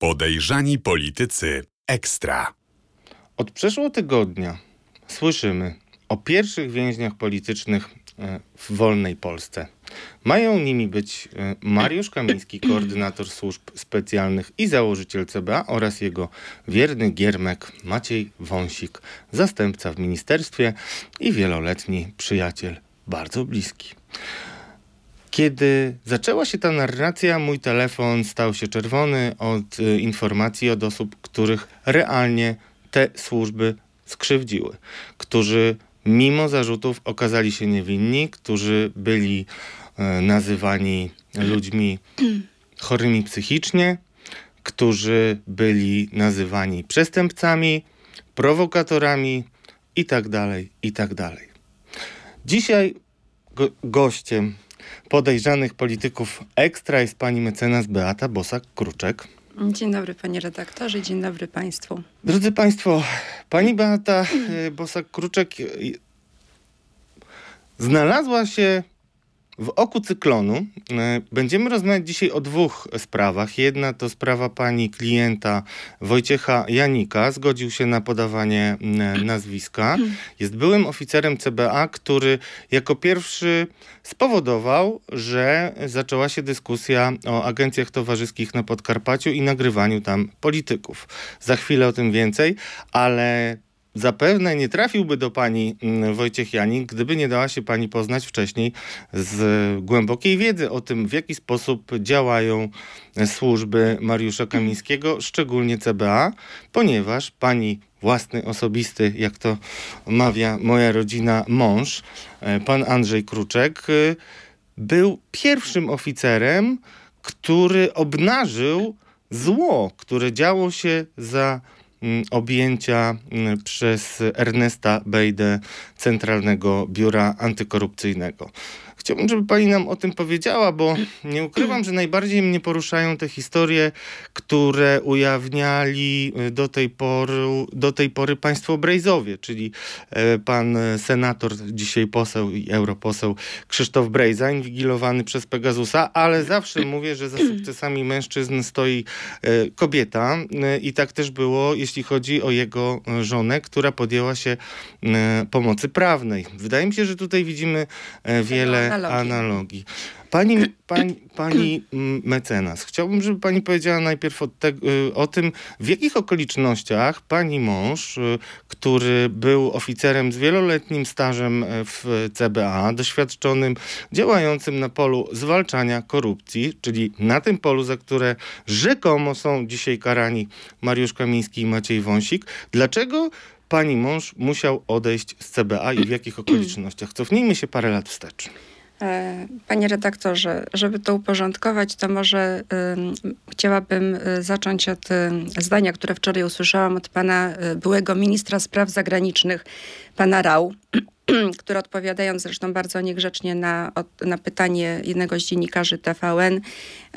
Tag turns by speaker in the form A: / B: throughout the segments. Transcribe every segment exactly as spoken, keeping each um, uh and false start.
A: Podejrzani politycy ekstra.
B: Od przeszłego tygodnia słyszymy o pierwszych więźniach politycznych w wolnej Polsce. Mają nimi być Mariusz Kamiński, koordynator służb specjalnych i założyciel C B A, oraz jego wierny giermek Maciej Wąsik, zastępca w ministerstwie i wieloletni przyjaciel, bardzo bliski. Kiedy zaczęła się ta narracja, mój telefon stał się czerwony od y, informacji od osób, których realnie te służby skrzywdziły, którzy mimo zarzutów okazali się niewinni, którzy byli y, nazywani ludźmi chorymi psychicznie, którzy byli nazywani przestępcami, prowokatorami itd., itd. Dzisiaj go- gościem podejrzanych polityków ekstra jest pani mecenas Beata Bosak-Kruczek.
C: Dzień dobry panie redaktorze, dzień dobry państwu.
B: Drodzy państwo, pani Beata Bosak-Kruczek znalazła się w oku cyklonu. Będziemy rozmawiać dzisiaj o dwóch sprawach. Jedna to sprawa pani klienta Wojciecha Janika. Zgodził się na podawanie nazwiska. Jest byłym oficerem C B A, który jako pierwszy spowodował, że zaczęła się dyskusja o agencjach towarzyskich na Podkarpaciu i nagrywaniu tam polityków. Za chwilę o tym więcej, ale zapewne nie trafiłby do pani Wojciech Janik, gdyby nie dała się pani poznać wcześniej z głębokiej wiedzy o tym, w jaki sposób działają służby Mariusza Kamińskiego, szczególnie C B A, ponieważ pani własny, osobisty, jak to mawia moja rodzina, mąż, pan Andrzej Kruczek, był pierwszym oficerem, który obnażył zło, które działo się za objęcia przez Ernesta Bejdę Centralnego Biura Antykorupcyjnego. Chciałbym, żeby pani nam o tym powiedziała, bo nie ukrywam, że najbardziej mnie poruszają te historie, które ujawniali do tej pory, do tej pory państwo Brejzowie, czyli pan senator, dzisiaj poseł i europoseł Krzysztof Brejza, inwigilowany przez Pegasusa, ale zawsze mówię, że za sukcesami mężczyzn stoi kobieta i tak też było, jeśli chodzi o jego żonę, która podjęła się pomocy prawnej. Wydaje mi się, że tutaj widzimy wiele analogii. analogii. Pani, pani, pani mecenas, chciałbym, żeby pani powiedziała najpierw o, te, o tym, w jakich okolicznościach pani mąż, który był oficerem z wieloletnim stażem w C B A, doświadczonym, działającym na polu zwalczania korupcji, czyli na tym polu, za które rzekomo są dzisiaj karani Mariusz Kamiński i Maciej Wąsik, dlaczego pani mąż musiał odejść z C B A i w jakich okolicznościach? Cofnijmy się parę lat wstecz.
C: Panie redaktorze, żeby to uporządkować, to może y, chciałabym zacząć od y, zdania, które wczoraj usłyszałam od pana y, byłego ministra spraw zagranicznych, pana Rau, który odpowiadając zresztą bardzo niegrzecznie na, od, na pytanie jednego z dziennikarzy T V N y,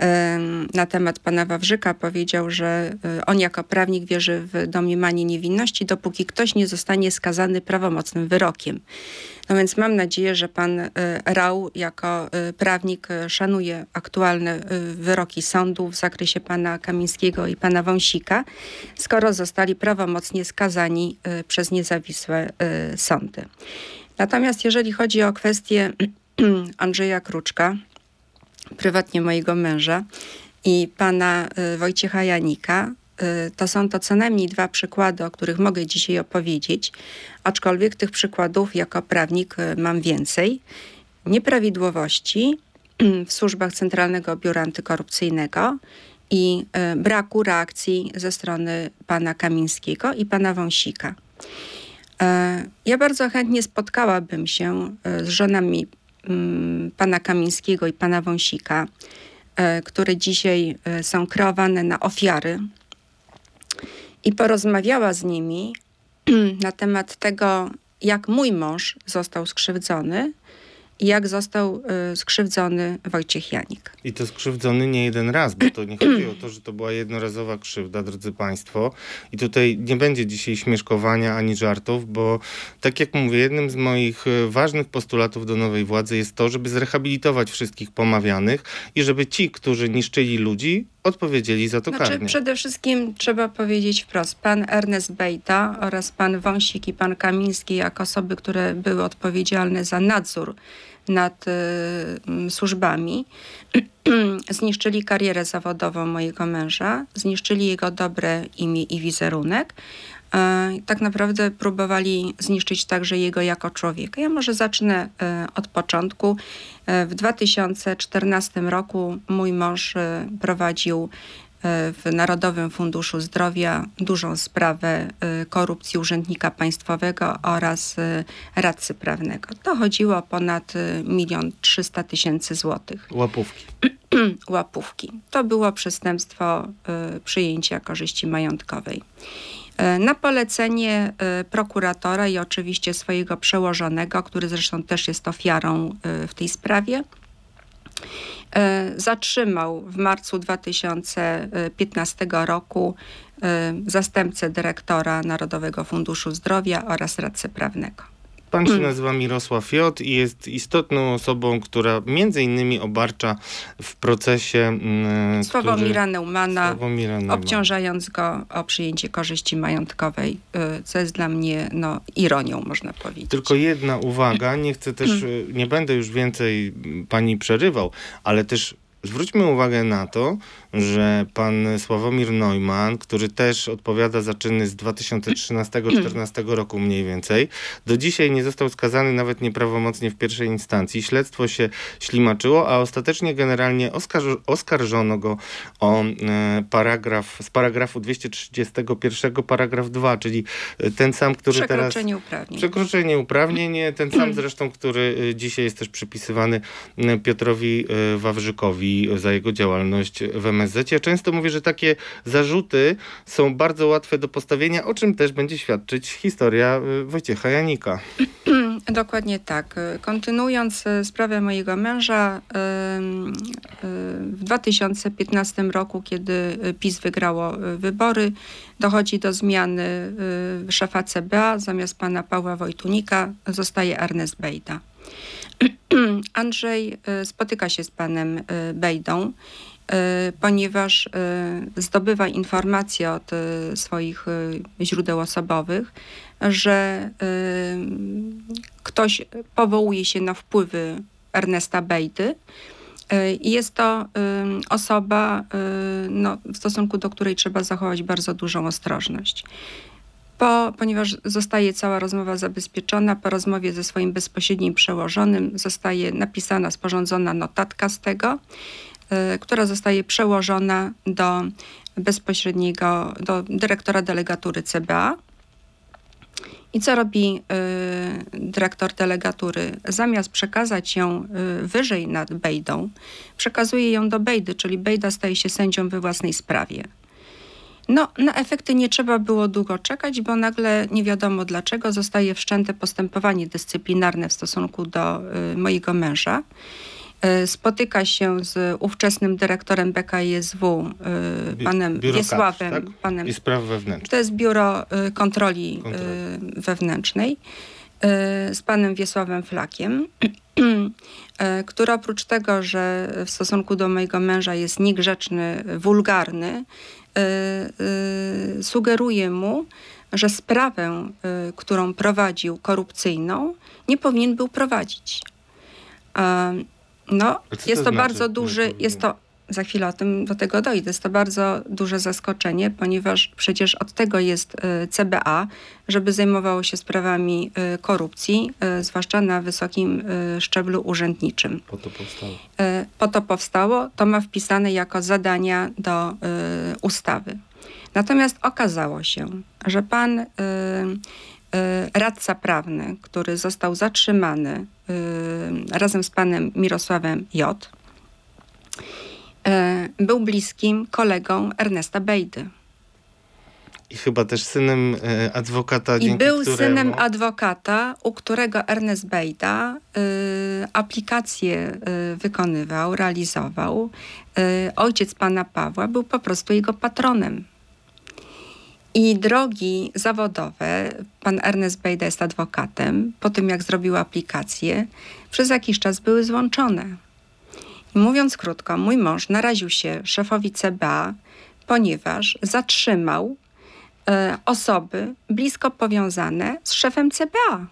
C: na temat pana Wawrzyka, powiedział, że y, on jako prawnik wierzy w domniemanie niewinności, dopóki ktoś nie zostanie skazany prawomocnym wyrokiem. No więc mam nadzieję, że pan y, Rau jako y, prawnik y, szanuje aktualne y, wyroki sądu w zakresie pana Kamińskiego i pana Wąsika, skoro zostali prawomocnie skazani y, przez niezawisłe y, sądy. Natomiast jeżeli chodzi o kwestię Andrzeja Kruczka, prywatnie mojego męża, i pana y, Wojciecha Janika, to są to co najmniej dwa przykłady, o których mogę dzisiaj opowiedzieć, aczkolwiek tych przykładów jako prawnik mam więcej. Nieprawidłowości w służbach Centralnego Biura Antykorupcyjnego i braku reakcji ze strony pana Kamińskiego i pana Wąsika. Ja bardzo chętnie spotkałabym się z żonami pana Kamińskiego i pana Wąsika, które dzisiaj są kreowane na ofiary, i porozmawiała z nimi na temat tego, jak mój mąż został skrzywdzony i jak został y, skrzywdzony Wojciech Janik.
B: I to skrzywdzony nie jeden raz, bo to nie chodzi o to, że to była jednorazowa krzywda, drodzy państwo. I tutaj nie będzie dzisiaj śmieszkowania ani żartów, bo tak jak mówię, jednym z moich ważnych postulatów do nowej władzy jest to, żeby zrehabilitować wszystkich pomawianych i żeby ci, którzy niszczyli ludzi, odpowiedzieli za to
C: Znaczy,
B: karnie.
C: przede wszystkim trzeba powiedzieć wprost, pan Ernest Bejda oraz pan Wąsik i pan Kamiński, jako osoby, które były odpowiedzialne za nadzór nad y, służbami, zniszczyli karierę zawodową mojego męża, zniszczyli jego dobre imię i wizerunek. Y, tak naprawdę próbowali zniszczyć także jego jako człowieka. Ja może zacznę y, od początku. Y, w dwa tysiące czternastym roku mój mąż y, prowadził w Narodowym Funduszu Zdrowia dużą sprawę korupcji urzędnika państwowego oraz radcy prawnego. Dochodziło o ponad milion trzysta tysięcy złotych.
B: Łapówki.
C: Łapówki. To było przestępstwo przyjęcia korzyści majątkowej. Na polecenie prokuratora i oczywiście swojego przełożonego, który zresztą też jest ofiarą w tej sprawie, zatrzymał w marcu dwa tysiące piętnastego roku zastępcę dyrektora Narodowego Funduszu Zdrowia oraz radcę prawnego.
B: Pan się nazywa Mirosław J. i jest istotną osobą, która między innymi obarcza w procesie
C: Sławomira
B: który...
C: Neumana,
B: Sławomira Neumana,
C: obciążając go o przyjęcie korzyści majątkowej, co jest dla mnie no, ironią, można powiedzieć.
B: Tylko jedna uwaga, nie chcę też, nie będę już więcej pani przerywał, ale też zwróćmy uwagę na to, że pan Sławomir Neumann, który też odpowiada za czyny z dwa tysiące trzynastego do dwa tysiące czternastego roku mniej więcej, do dzisiaj nie został skazany nawet nieprawomocnie w pierwszej instancji. Śledztwo się ślimaczyło, a ostatecznie generalnie oskarż- oskarżono go o e, paragraf, z paragrafu dwieście trzydziestego pierwszego paragraf dwa, czyli ten sam, który teraz...
C: Przekroczenie uprawnień.
B: Przekroczenie uprawnień, ten sam zresztą, który dzisiaj jest też przypisywany Piotrowi Wawrzykowi za jego działalność w M S Z. Ja często mówię, że takie zarzuty są bardzo łatwe do postawienia, o czym też będzie świadczyć historia Wojciecha Janika.
C: Dokładnie tak. Kontynuując sprawę mojego męża, w dwa tysiące piętnastym roku, kiedy PiS wygrało wybory, dochodzi do zmiany szefa C B A. Zamiast pana Pawła Wojtunika zostaje Ernest Bejda. Andrzej spotyka się z panem Bejdą, ponieważ zdobywa informacje od swoich źródeł osobowych, że ktoś powołuje się na wpływy Ernesta Bejdy i jest to osoba, no, w stosunku do której trzeba zachować bardzo dużą ostrożność. Po, ponieważ zostaje cała rozmowa zabezpieczona, po rozmowie ze swoim bezpośrednim przełożonym zostaje napisana, sporządzona notatka z tego, y, która zostaje przełożona do bezpośredniego, do dyrektora delegatury C B A. I co robi y, dyrektor delegatury? Zamiast przekazać ją y, wyżej nad Bejdą, przekazuje ją do Bejdy, czyli Bejda staje się sędzią we własnej sprawie. No, na efekty nie trzeba było długo czekać, bo nagle nie wiadomo dlaczego zostaje wszczęte postępowanie dyscyplinarne w stosunku do y, mojego męża. Y, spotyka się z ówczesnym dyrektorem B K I S W, y, panem
B: Biuro
C: Wiesławem.
B: K A P, tak?
C: Panem,
B: I spraw wewnętrznych.
C: to jest Biuro y, Kontroli,
B: Kontroli.
C: Y, Wewnętrznej, y, z panem Wiesławem Flakiem, y, który oprócz tego, że w stosunku do mojego męża jest niegrzeczny, wulgarny, Y, y, sugeruje mu, że sprawę, y, którą prowadził korupcyjną, nie powinien był prowadzić. Y, no, jest to, to bardzo znaczy, duży, jest to, za chwilę o tym, do tego dojdę, jest to bardzo duże zaskoczenie, ponieważ przecież od tego jest y, C B A, żeby zajmowało się sprawami y, korupcji, y, zwłaszcza na wysokim y, szczeblu urzędniczym.
B: Po to powstało.
C: Y, po to powstało, to ma wpisane jako zadania do y, ustawy. Natomiast okazało się, że pan y, y, radca prawny, który został zatrzymany y, razem z panem Mirosławem J., był bliskim kolegą Ernesta Bejdy.
B: I chyba też synem e, adwokata,
C: I
B: dzięki
C: był
B: któremu...
C: synem adwokata, u którego Ernest Bejda y, aplikację y, wykonywał, realizował. Y, ojciec pana Pawła był po prostu jego patronem. I drogi zawodowe, pan Ernest Bejda jest adwokatem, po tym jak zrobił aplikację, przez jakiś czas były złączone. Mówiąc krótko, mój mąż naraził się szefowi C B A, ponieważ zatrzymał e, osoby blisko powiązane z szefem C B A.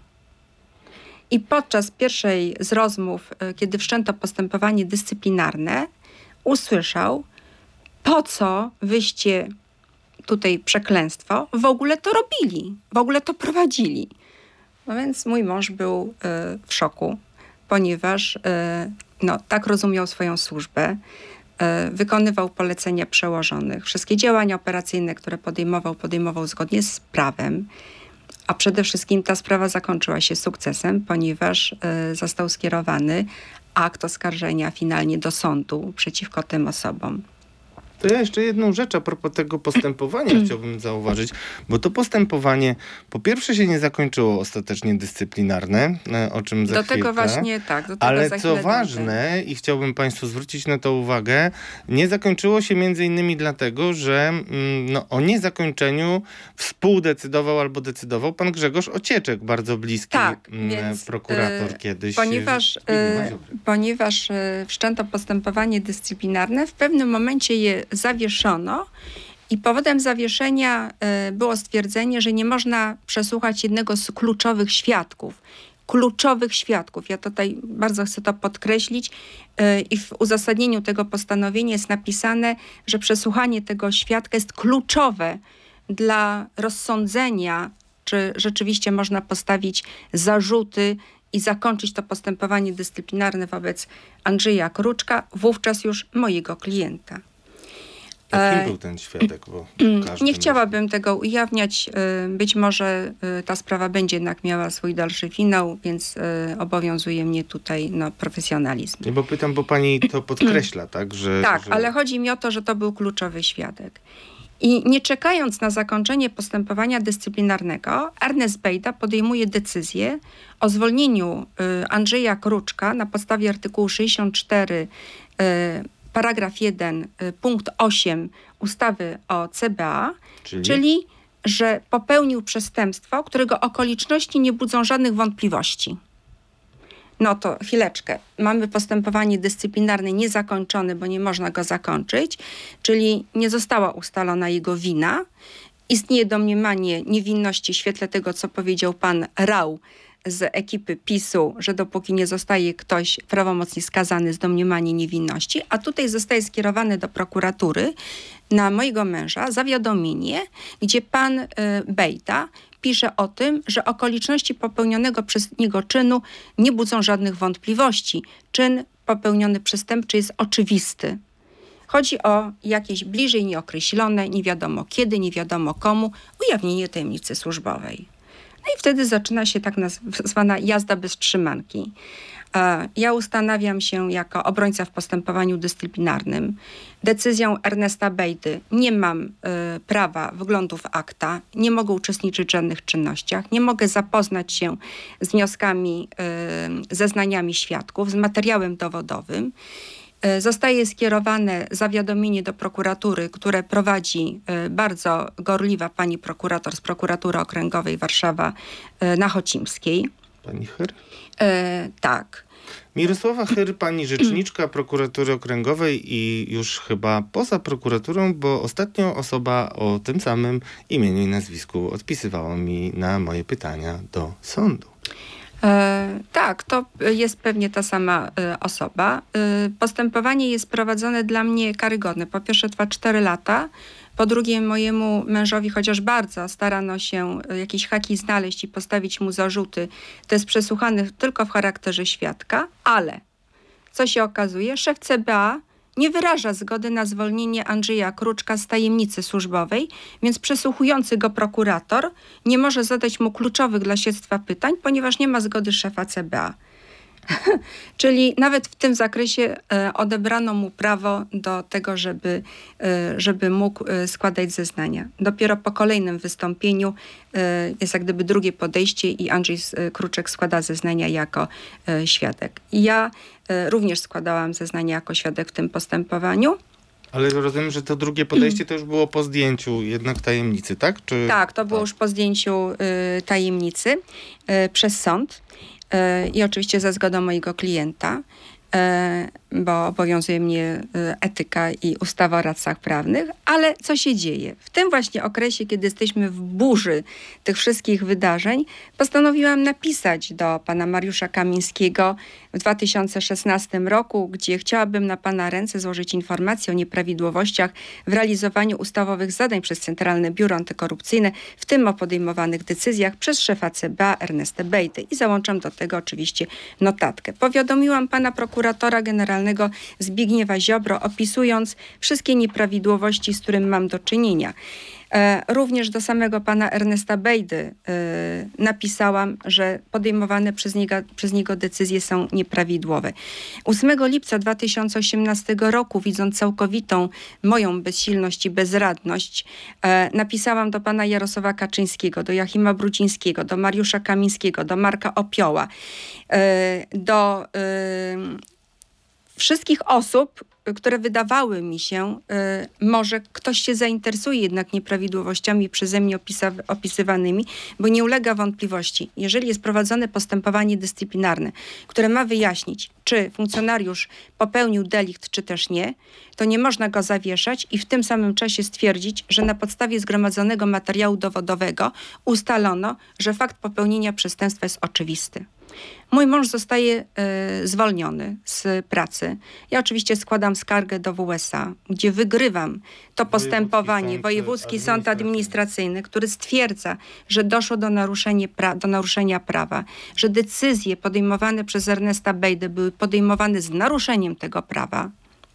C: I podczas pierwszej z rozmów, e, kiedy wszczęto postępowanie dyscyplinarne, usłyszał, po co wyście tutaj przekleństwo, w ogóle to robili, w ogóle to prowadzili. No więc mój mąż był e, w szoku, ponieważ e, no, tak rozumiał swoją służbę, e, wykonywał polecenia przełożonych. Wszystkie działania operacyjne, które podejmował, podejmował zgodnie z prawem, a przede wszystkim ta sprawa zakończyła się sukcesem, ponieważ e, został skierowany akt oskarżenia finalnie do sądu przeciwko tym osobom.
B: To ja jeszcze jedną rzecz a propos tego postępowania chciałbym zauważyć, bo to postępowanie po pierwsze się nie zakończyło ostatecznie dyscyplinarne, o czym za
C: Do
B: chwilkę.
C: tego właśnie tak. Do tego
B: ale
C: za
B: co ważne dojdę. I chciałbym Państwu zwrócić na to uwagę, nie zakończyło się między innymi dlatego, że no, o niezakończeniu współdecydował albo decydował pan Grzegorz Ocieczek, bardzo bliski
C: tak,
B: m,
C: więc,
B: prokurator
C: y,
B: kiedyś.
C: Ponieważ, y, ponieważ y, wszczęto postępowanie dyscyplinarne, w pewnym momencie je zawieszono i powodem zawieszenia y, było stwierdzenie, że nie można przesłuchać jednego z kluczowych świadków. Kluczowych świadków. Ja tutaj bardzo chcę to podkreślić y, i w uzasadnieniu tego postanowienia jest napisane, że przesłuchanie tego świadka jest kluczowe dla rozsądzenia, czy rzeczywiście można postawić zarzuty i zakończyć to postępowanie dyscyplinarne wobec Andrzeja Kruczka, wówczas już mojego klienta.
B: Kim był ten świadek? Bo
C: nie chciałabym tego ujawniać. Być może ta sprawa będzie jednak miała swój dalszy finał, więc obowiązuje mnie tutaj no, profesjonalizm.
B: Nie, bo pytam, bo pani to podkreśla, tak? Że,
C: tak,
B: że...
C: ale chodzi mi o to, że to był kluczowy świadek. I nie czekając na zakończenie postępowania dyscyplinarnego, Ernest Bejda podejmuje decyzję o zwolnieniu Andrzeja Kruczka na podstawie artykułu sześćdziesiąt cztery paragraf jeden, punkt osiem ustawy o C B A,
B: czyli?
C: czyli że popełnił przestępstwo, którego okoliczności nie budzą żadnych wątpliwości. No to chwileczkę. Mamy postępowanie dyscyplinarne niezakończone, bo nie można go zakończyć, czyli nie została ustalona jego wina. Istnieje domniemanie niewinności w świetle tego, co powiedział pan Rau z ekipy PiSu, że dopóki nie zostaje ktoś prawomocnie skazany z domniemaniem niewinności, a tutaj zostaje skierowany do prokuratury na mojego męża zawiadomienie, gdzie pan y, Bejda pisze o tym, że okoliczności popełnionego przez niego czynu nie budzą żadnych wątpliwości. Czyn popełniony przestępczy jest oczywisty. Chodzi o jakieś bliżej nieokreślone, nie wiadomo kiedy, nie wiadomo komu, ujawnienie tajemnicy służbowej. No i wtedy zaczyna się tak zwana jazda bez trzymanki. Ja ustanawiam się jako obrońca w postępowaniu dyscyplinarnym. Decyzją Ernesta Bejdy nie mam y, prawa wglądu w akta, nie mogę uczestniczyć w żadnych czynnościach, nie mogę zapoznać się z wnioskami, y, zeznaniami świadków, z materiałem dowodowym. Y, zostaje skierowane zawiadomienie do prokuratury, które prowadzi y, bardzo gorliwa pani prokurator z prokuratury okręgowej Warszawa y, na Chocimskiej.
B: Pani Hyr?
C: E, tak.
B: Mirosława Hyr, pani rzeczniczka prokuratury okręgowej i już chyba poza prokuraturą, bo ostatnio osoba o tym samym imieniu i nazwisku odpisywała mi na moje pytania do sądu.
C: E, tak, to jest pewnie ta sama e, osoba. E, postępowanie jest prowadzone dla mnie karygodne. Po pierwsze trwa cztery lata. Po drugie, mojemu mężowi, chociaż bardzo starano się jakieś haki znaleźć i postawić mu zarzuty, to jest przesłuchany tylko w charakterze świadka, ale co się okazuje, szef C B A nie wyraża zgody na zwolnienie Andrzeja Kruczka z tajemnicy służbowej, więc przesłuchujący go prokurator nie może zadać mu kluczowych dla śledztwa pytań, ponieważ nie ma zgody szefa C B A. Czyli nawet w tym zakresie e, odebrano mu prawo do tego, żeby, e, żeby mógł e, składać zeznania. Dopiero po kolejnym wystąpieniu e, jest jak gdyby drugie podejście i Andrzej e, Kruczek składa zeznania jako e, świadek. I ja e, również składałam zeznania jako świadek w tym postępowaniu.
B: Ale rozumiem, że to drugie podejście to już było po zdjęciu jednak tajemnicy, tak? Czy...
C: Tak, to było tak. już po zdjęciu y, tajemnicy y, przez sąd. I oczywiście za zgodą mojego klienta. bo obowiązuje mnie etyka i ustawa o radcach prawnych, ale co się dzieje? W tym właśnie okresie, kiedy jesteśmy w burzy tych wszystkich wydarzeń, postanowiłam napisać do pana Mariusza Kamińskiego w dwa tysiące szesnastym roku, gdzie chciałabym na pana ręce złożyć informację o nieprawidłowościach w realizowaniu ustawowych zadań przez Centralne Biuro Antykorupcyjne, w tym o podejmowanych decyzjach przez szefa C B A Ernesta Bejdy. I załączam do tego oczywiście notatkę. Powiadomiłam pana prokuratora generalnego Zbigniewa Ziobro, opisując wszystkie nieprawidłowości, z którym mam do czynienia. E, również do samego pana Ernesta Bejdy e, napisałam, że podejmowane przez niego, przez niego decyzje są nieprawidłowe. ósmego lipca dwa tysiące osiemnastego roku, widząc całkowitą moją bezsilność i bezradność, e, napisałam do pana Jarosława Kaczyńskiego, do Joachima Brudzińskiego, do Mariusza Kamińskiego, do Marka Opioła, e, do e, wszystkich osób, które wydawały mi się, y, może ktoś się zainteresuje jednak nieprawidłowościami przeze mnie opisa- opisywanymi, bo nie ulega wątpliwości. Jeżeli jest prowadzone postępowanie dyscyplinarne, które ma wyjaśnić, czy funkcjonariusz popełnił delikt, czy też nie, to nie można go zawieszać i w tym samym czasie stwierdzić, że na podstawie zgromadzonego materiału dowodowego ustalono, że fakt popełnienia przestępstwa jest oczywisty. Mój mąż zostaje y, zwolniony z pracy. Ja oczywiście składam skargę do W S A, gdzie wygrywam to postępowanie. Wojewódzki Sąd Administracyjny, który stwierdza, że doszło do, naruszenia pra- do naruszenia prawa, że decyzje podejmowane przez Ernesta Bejdę były podejmowane z naruszeniem tego prawa.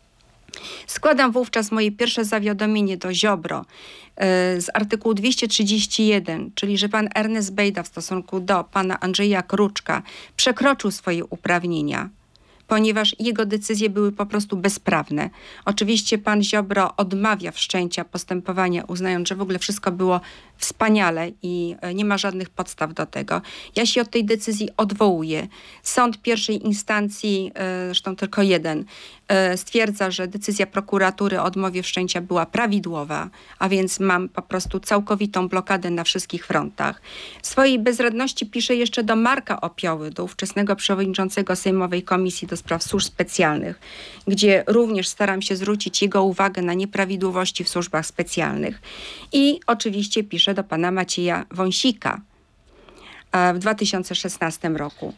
C: Składam wówczas moje pierwsze zawiadomienie do Ziobro y, z artykułu dwieście trzydzieści jeden, czyli że pan Ernest Bejda w stosunku do pana Andrzeja Kruczka przekroczył swoje uprawnienia, ponieważ jego decyzje były po prostu bezprawne. Oczywiście pan Ziobro odmawia wszczęcia postępowania, uznając, że w ogóle wszystko było wspaniale i nie ma żadnych podstaw do tego. Ja się od tej decyzji odwołuję. Sąd pierwszej instancji, zresztą tylko jeden, stwierdza, że decyzja prokuratury o odmowie wszczęcia była prawidłowa, a więc mam po prostu całkowitą blokadę na wszystkich frontach. W swojej bezradności piszę jeszcze do Marka Opioły, do ówczesnego przewodniczącego Sejmowej Komisji do Spraw Służb Specjalnych, gdzie również staram się zwrócić jego uwagę na nieprawidłowości w służbach specjalnych. I oczywiście piszę do pana Macieja Wąsika w dwa tysiące szesnastym roku.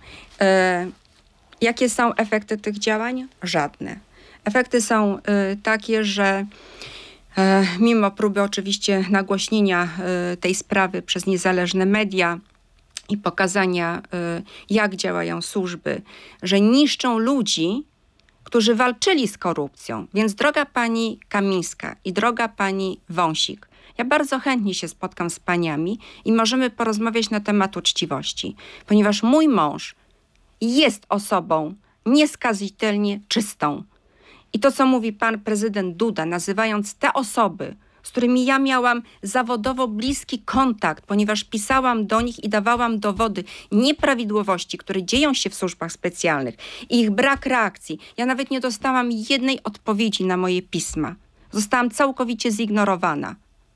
C: Jakie są efekty tych działań? Żadne. Efekty są y, takie, że y, mimo próby oczywiście nagłośnienia y, tej sprawy przez niezależne media i pokazania, y, jak działają służby, że niszczą ludzi, którzy walczyli z korupcją. Więc droga pani Kamińska i droga pani Wąsik, ja bardzo chętnie się spotkam z paniami i możemy porozmawiać na temat uczciwości, ponieważ mój mąż jest osobą nieskazitelnie czystą. I to, co mówi pan prezydent Duda, nazywając te osoby, z którymi ja miałam zawodowo bliski kontakt, ponieważ pisałam do nich i dawałam dowody nieprawidłowości, które dzieją się w służbach specjalnych i ich brak reakcji. Ja nawet nie dostałam jednej odpowiedzi na moje pisma. Zostałam całkowicie zignorowana.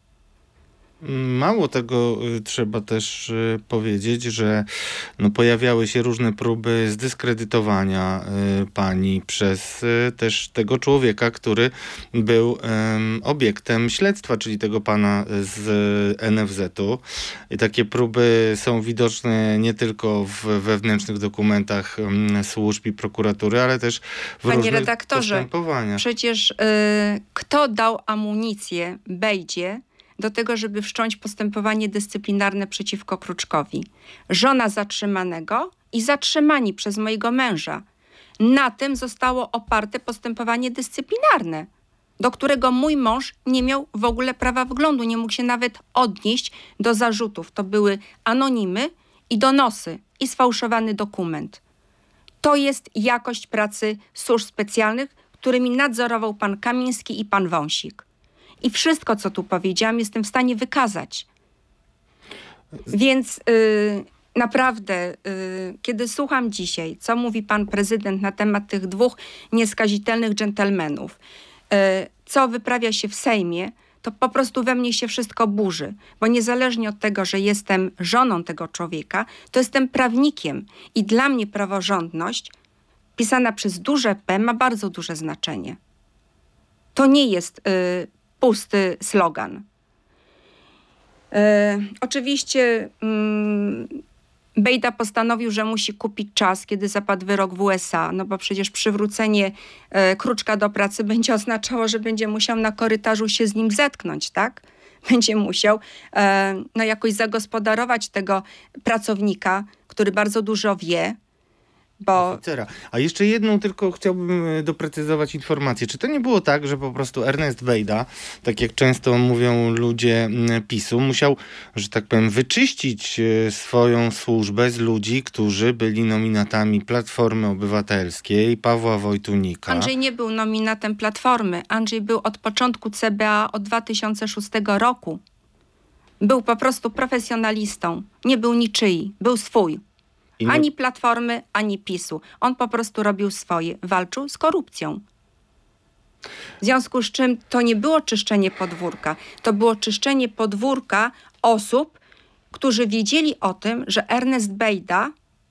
B: Mało tego, y, trzeba też y, powiedzieć, że no, pojawiały się różne próby zdyskredytowania y, pani przez y, też tego człowieka, który był y, obiektem śledztwa, czyli tego pana z N F Z-u. I takie próby są widoczne nie tylko w wewnętrznych dokumentach y, służb i prokuratury, ale też w
C: Panie
B: różnych
C: redaktorze,
B: postępowaniach.
C: Przecież y, kto dał amunicję Bejdzie do tego, żeby wszcząć postępowanie dyscyplinarne przeciwko Kruczkowi? Żona zatrzymanego i zatrzymani przez mojego męża. Na tym zostało oparte postępowanie dyscyplinarne, do którego mój mąż nie miał w ogóle prawa wglądu, nie mógł się nawet odnieść do zarzutów. To były anonimy i donosy i sfałszowany dokument. To jest jakość pracy służb specjalnych, którymi nadzorował pan Kamiński i pan Wąsik. I wszystko, co tu powiedziałam, jestem w stanie wykazać. Więc yy, naprawdę, yy, kiedy słucham dzisiaj, co mówi pan prezydent na temat tych dwóch nieskazitelnych dżentelmenów, yy, co wyprawia się w Sejmie, to po prostu we mnie się wszystko burzy. Bo niezależnie od tego, że jestem żoną tego człowieka, to jestem prawnikiem. I dla mnie praworządność pisana przez duże P, ma bardzo duże znaczenie. To nie jest y, pusty slogan. Y, oczywiście y, Bejda postanowił, że musi kupić czas, kiedy zapadł wyrok w U S A, no bo przecież przywrócenie y, Kruczka do pracy będzie oznaczało, że będzie musiał na korytarzu się z nim zetknąć, tak? Będzie musiał e, no jakoś zagospodarować tego pracownika, który bardzo dużo wie, bo...
B: Oficera. A jeszcze jedną tylko chciałbym doprecyzować informację. Czy to nie było tak, że po prostu Ernest Bejda, tak jak często mówią ludzie PiSu, musiał, że tak powiem, wyczyścić swoją służbę z ludzi, którzy byli nominatami Platformy Obywatelskiej, Pawła Wojtunika?
C: Andrzej nie był nominatem Platformy. Andrzej był od początku C B A od dwa tysiące szóstego roku. Był po prostu profesjonalistą. Nie był niczyi. Był swój. Nie... Ani Platformy, ani PiSu. On po prostu robił swoje. Walczył z korupcją. W związku z czym to nie było czyszczenie podwórka. To było czyszczenie podwórka osób, którzy wiedzieli o tym, że Ernest Bejda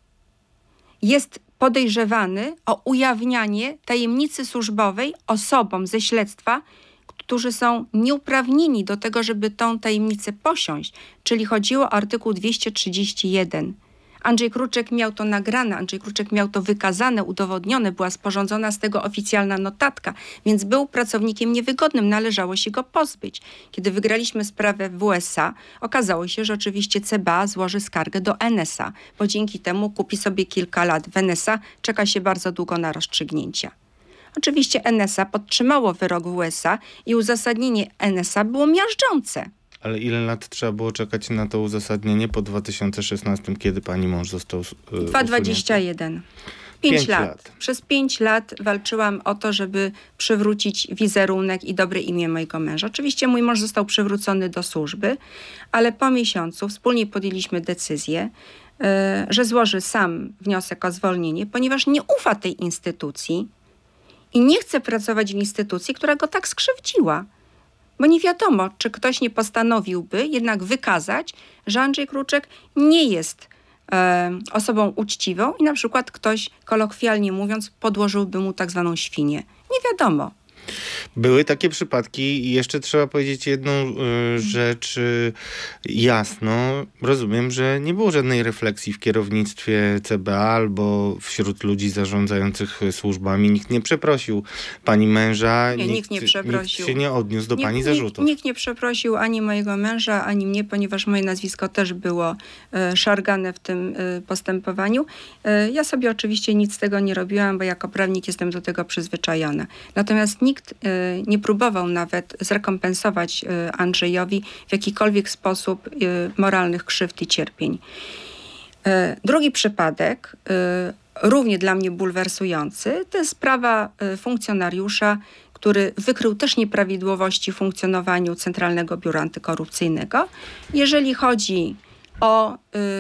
C: jest podejrzewany o ujawnianie tajemnicy służbowej osobom ze śledztwa, którzy są nieuprawnieni do tego, żeby tą tajemnicę posiąść. Czyli chodziło o artykuł dwieście trzydzieści jeden. Andrzej Kruczek miał to nagrane, Andrzej Kruczek miał to wykazane, udowodnione, była sporządzona z tego oficjalna notatka, więc był pracownikiem niewygodnym, należało się go pozbyć. Kiedy wygraliśmy sprawę w U S A, okazało się, że oczywiście C B A złoży skargę do N S A, bo dzięki temu kupi sobie kilka lat. W N S A czeka się bardzo długo na rozstrzygnięcia. Oczywiście N S A podtrzymało wyrok w U S A i uzasadnienie N S A było miażdżące.
B: Ale ile lat trzeba było czekać na to uzasadnienie po dwa tysiące szesnastym, kiedy pani mąż został yy,
C: dwa tysiące dwudziesty pierwszy. Pięć, Pięć lat. lat. Przez pięć lat walczyłam o to, żeby przywrócić wizerunek i dobre imię mojego męża. Oczywiście mój mąż został przywrócony do służby, ale po miesiącu wspólnie podjęliśmy decyzję, yy, że złoży sam wniosek o zwolnienie, ponieważ nie ufa tej instytucji i nie chce pracować w instytucji, która go tak skrzywdziła. Bo nie wiadomo, czy ktoś nie postanowiłby jednak wykazać, że Andrzej Kruczek nie jest e, osobą uczciwą i na przykład ktoś, kolokwialnie mówiąc, podłożyłby mu tak zwaną świnię. Nie wiadomo.
B: Były takie przypadki i jeszcze trzeba powiedzieć jedną y, rzecz y, jasno. Rozumiem, że nie było żadnej refleksji w kierownictwie C B A albo wśród ludzi zarządzających służbami. Nikt nie przeprosił pani męża.
C: Nie,
B: nikt,
C: nikt nie przeprosił.
B: Nikt się nie odniósł do
C: nikt,
B: pani
C: nikt,
B: zarzutów.
C: Nikt nie przeprosił ani mojego męża, ani mnie, ponieważ moje nazwisko też było y, szargane w tym y, postępowaniu. Y, ja sobie oczywiście nic z tego nie robiłam, bo jako prawnik jestem do tego przyzwyczajona. Natomiast nikt y, nie próbował nawet zrekompensować y, Andrzejowi w jakikolwiek sposób y, moralnych krzywd i cierpień. Y, drugi przypadek, y, równie dla mnie bulwersujący, to jest sprawa y, funkcjonariusza, który wykrył też nieprawidłowości w funkcjonowaniu Centralnego Biura Antykorupcyjnego. Jeżeli chodzi o y,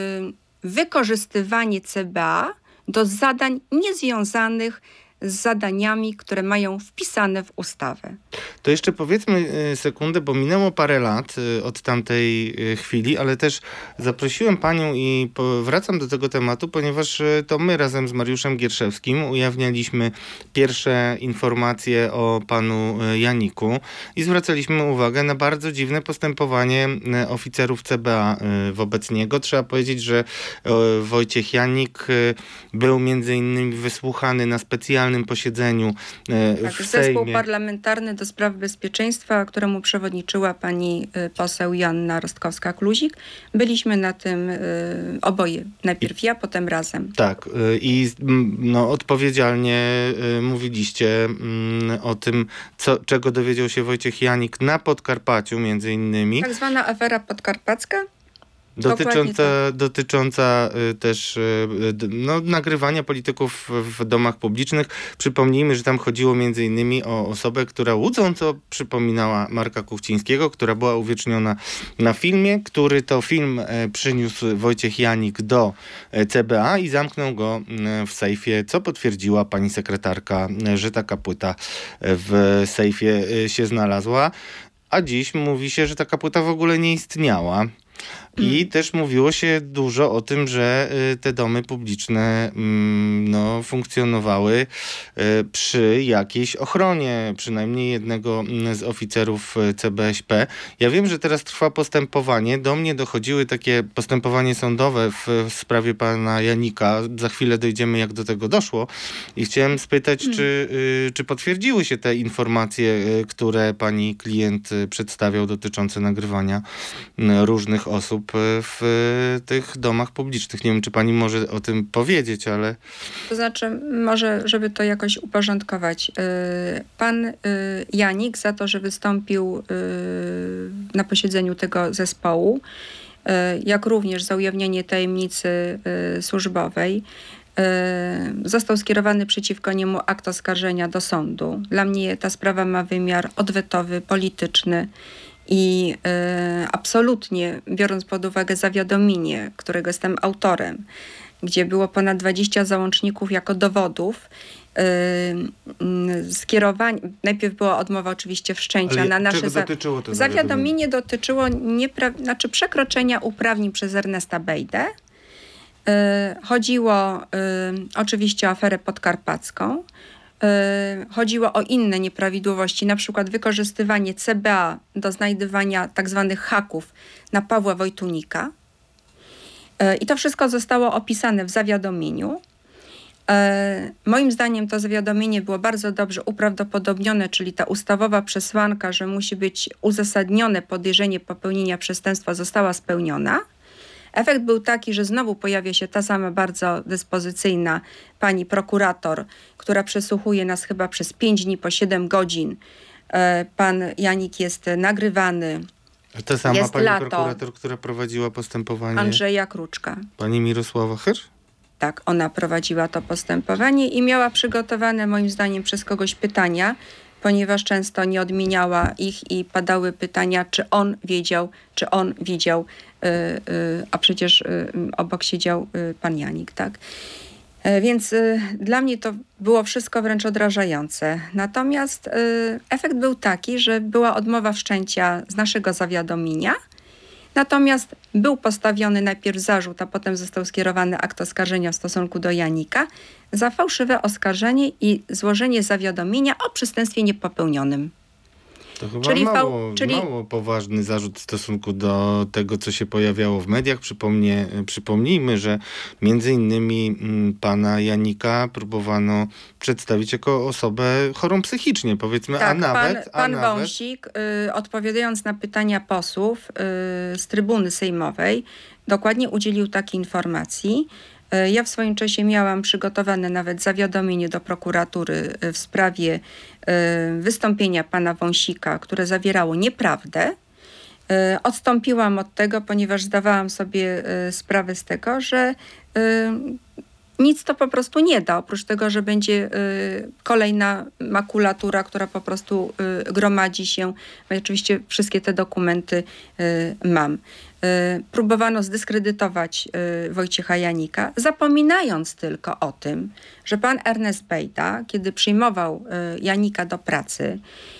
C: wykorzystywanie C B A do zadań niezwiązanych z zadaniami, które mają wpisane w ustawę.
B: To jeszcze powiedzmy sekundę, bo minęło parę lat od tamtej chwili, ale też zaprosiłem panią i wracam do tego tematu, ponieważ to my razem z Mariuszem Gierszewskim ujawnialiśmy pierwsze informacje o panu Janiku i zwracaliśmy uwagę na bardzo dziwne postępowanie oficerów C B A wobec niego. Trzeba powiedzieć, że Wojciech Janik był między innymi wysłuchany na specjalnym posiedzeniu w
C: tak,
B: Sejmie.
C: Zespół Parlamentarny do Spraw Bezpieczeństwa, któremu przewodniczyła pani poseł Joanna Rostkowska-Kluzik. Byliśmy na tym y, oboje. Najpierw I, ja, potem razem.
B: Tak. Y, I no, odpowiedzialnie y, mówiliście y, o tym, co, czego dowiedział się Wojciech Janik na Podkarpaciu między innymi.
C: Tak zwana afera podkarpacka.
B: Dotycząca, tak. dotycząca y, też y, no, nagrywania polityków w, w domach publicznych. Przypomnijmy, że tam chodziło między innymi o osobę, która łudząco przypominała Marka Kuchcińskiego, która była uwieczniona na filmie, który to film y, przyniósł Wojciech Janik do y, C B A i zamknął go y, w sejfie, co potwierdziła pani sekretarka, y, że taka płyta w sejfie y, się znalazła. A dziś mówi się, że taka płyta w ogóle nie istniała. I też mówiło się dużo o tym, że te domy publiczne no, funkcjonowały przy jakiejś ochronie, przynajmniej jednego z oficerów C B S P. Ja wiem, że teraz trwa postępowanie. Do mnie dochodziły takie postępowanie sądowe w, w sprawie pana Janika. Za chwilę dojdziemy, jak do tego doszło. I chciałem spytać, hmm. czy, czy potwierdziły się te informacje, które pani klient przedstawiał dotyczące nagrywania różnych osób w tych domach publicznych. Nie wiem, czy pani może o tym powiedzieć, ale...
C: To znaczy, może, żeby to jakoś uporządkować. Pan Janik za to, że wystąpił na posiedzeniu tego zespołu, jak również za ujawnienie tajemnicy służbowej, został skierowany przeciwko niemu akt oskarżenia do sądu. Dla mnie ta sprawa ma wymiar odwetowy, polityczny i y, absolutnie, biorąc pod uwagę zawiadomienie, którego jestem autorem, gdzie było ponad dwadzieścia załączników jako dowodów, y, y, skierowanie, najpierw była odmowa oczywiście wszczęcia
B: Ale
C: na nasze...
B: czego dotyczyło to
C: zawiadomienie?
B: zawiadomienie
C: dotyczyło niepra- znaczy przekroczenia uprawnień przez Ernesta Bejdę. Y, chodziło y, oczywiście o aferę podkarpacką. Chodziło o inne nieprawidłowości, na przykład wykorzystywanie C B A do znajdywania tak zwanych haków na Pawła Wojtunika. I to wszystko zostało opisane w zawiadomieniu. Moim zdaniem to zawiadomienie było bardzo dobrze uprawdopodobnione, czyli ta ustawowa przesłanka, że musi być uzasadnione podejrzenie popełnienia przestępstwa, została spełniona. Efekt był taki, że znowu pojawia się ta sama bardzo dyspozycyjna pani prokurator, która przesłuchuje nas chyba przez pięć dni po siedem godzin. Pan Janik jest nagrywany.
B: A ta sama
C: jest
B: pani
C: lato.
B: prokurator, która prowadziła postępowanie?
C: Andrzeja Kruczka.
B: Pani Mirosława Chyr?
C: Tak, ona prowadziła to postępowanie i miała przygotowane moim zdaniem przez kogoś pytania, ponieważ często nie odmieniała ich i padały pytania, czy on wiedział, czy on widział, yy, yy, a przecież yy, obok siedział yy, pan Janik, tak? Yy, więc yy, dla mnie to było wszystko wręcz odrażające. Natomiast yy, efekt był taki, że była odmowa wszczęcia z naszego zawiadomienia, natomiast był postawiony najpierw zarzut, a potem został skierowany akt oskarżenia w stosunku do Janika za fałszywe oskarżenie i złożenie zawiadomienia o przestępstwie niepopełnionym.
B: To chyba
C: czyli
B: mało,
C: fał, czyli...
B: mało poważny zarzut w stosunku do tego, co się pojawiało w mediach. Przypomnie, przypomnijmy, że między innymi m, pana Janika próbowano przedstawić jako osobę chorą psychicznie, powiedzmy,
C: tak,
B: a nawet...
C: Pan,
B: a
C: pan
B: nawet...
C: Wąsik, y, odpowiadając na pytania posłów y, z trybuny sejmowej, dokładnie udzielił takiej informacji. Ja w swoim czasie miałam przygotowane nawet zawiadomienie do prokuratury w sprawie wystąpienia pana Wąsika, które zawierało nieprawdę. Odstąpiłam od tego, ponieważ zdawałam sobie sprawę z tego, że nic to po prostu nie da, oprócz tego, że będzie kolejna makulatura, która po prostu gromadzi się. Oczywiście wszystkie te dokumenty mam. Próbowano zdyskredytować Wojciecha Janika, zapominając tylko o tym, że pan Ernest Bejda, kiedy przyjmował Janika do pracy,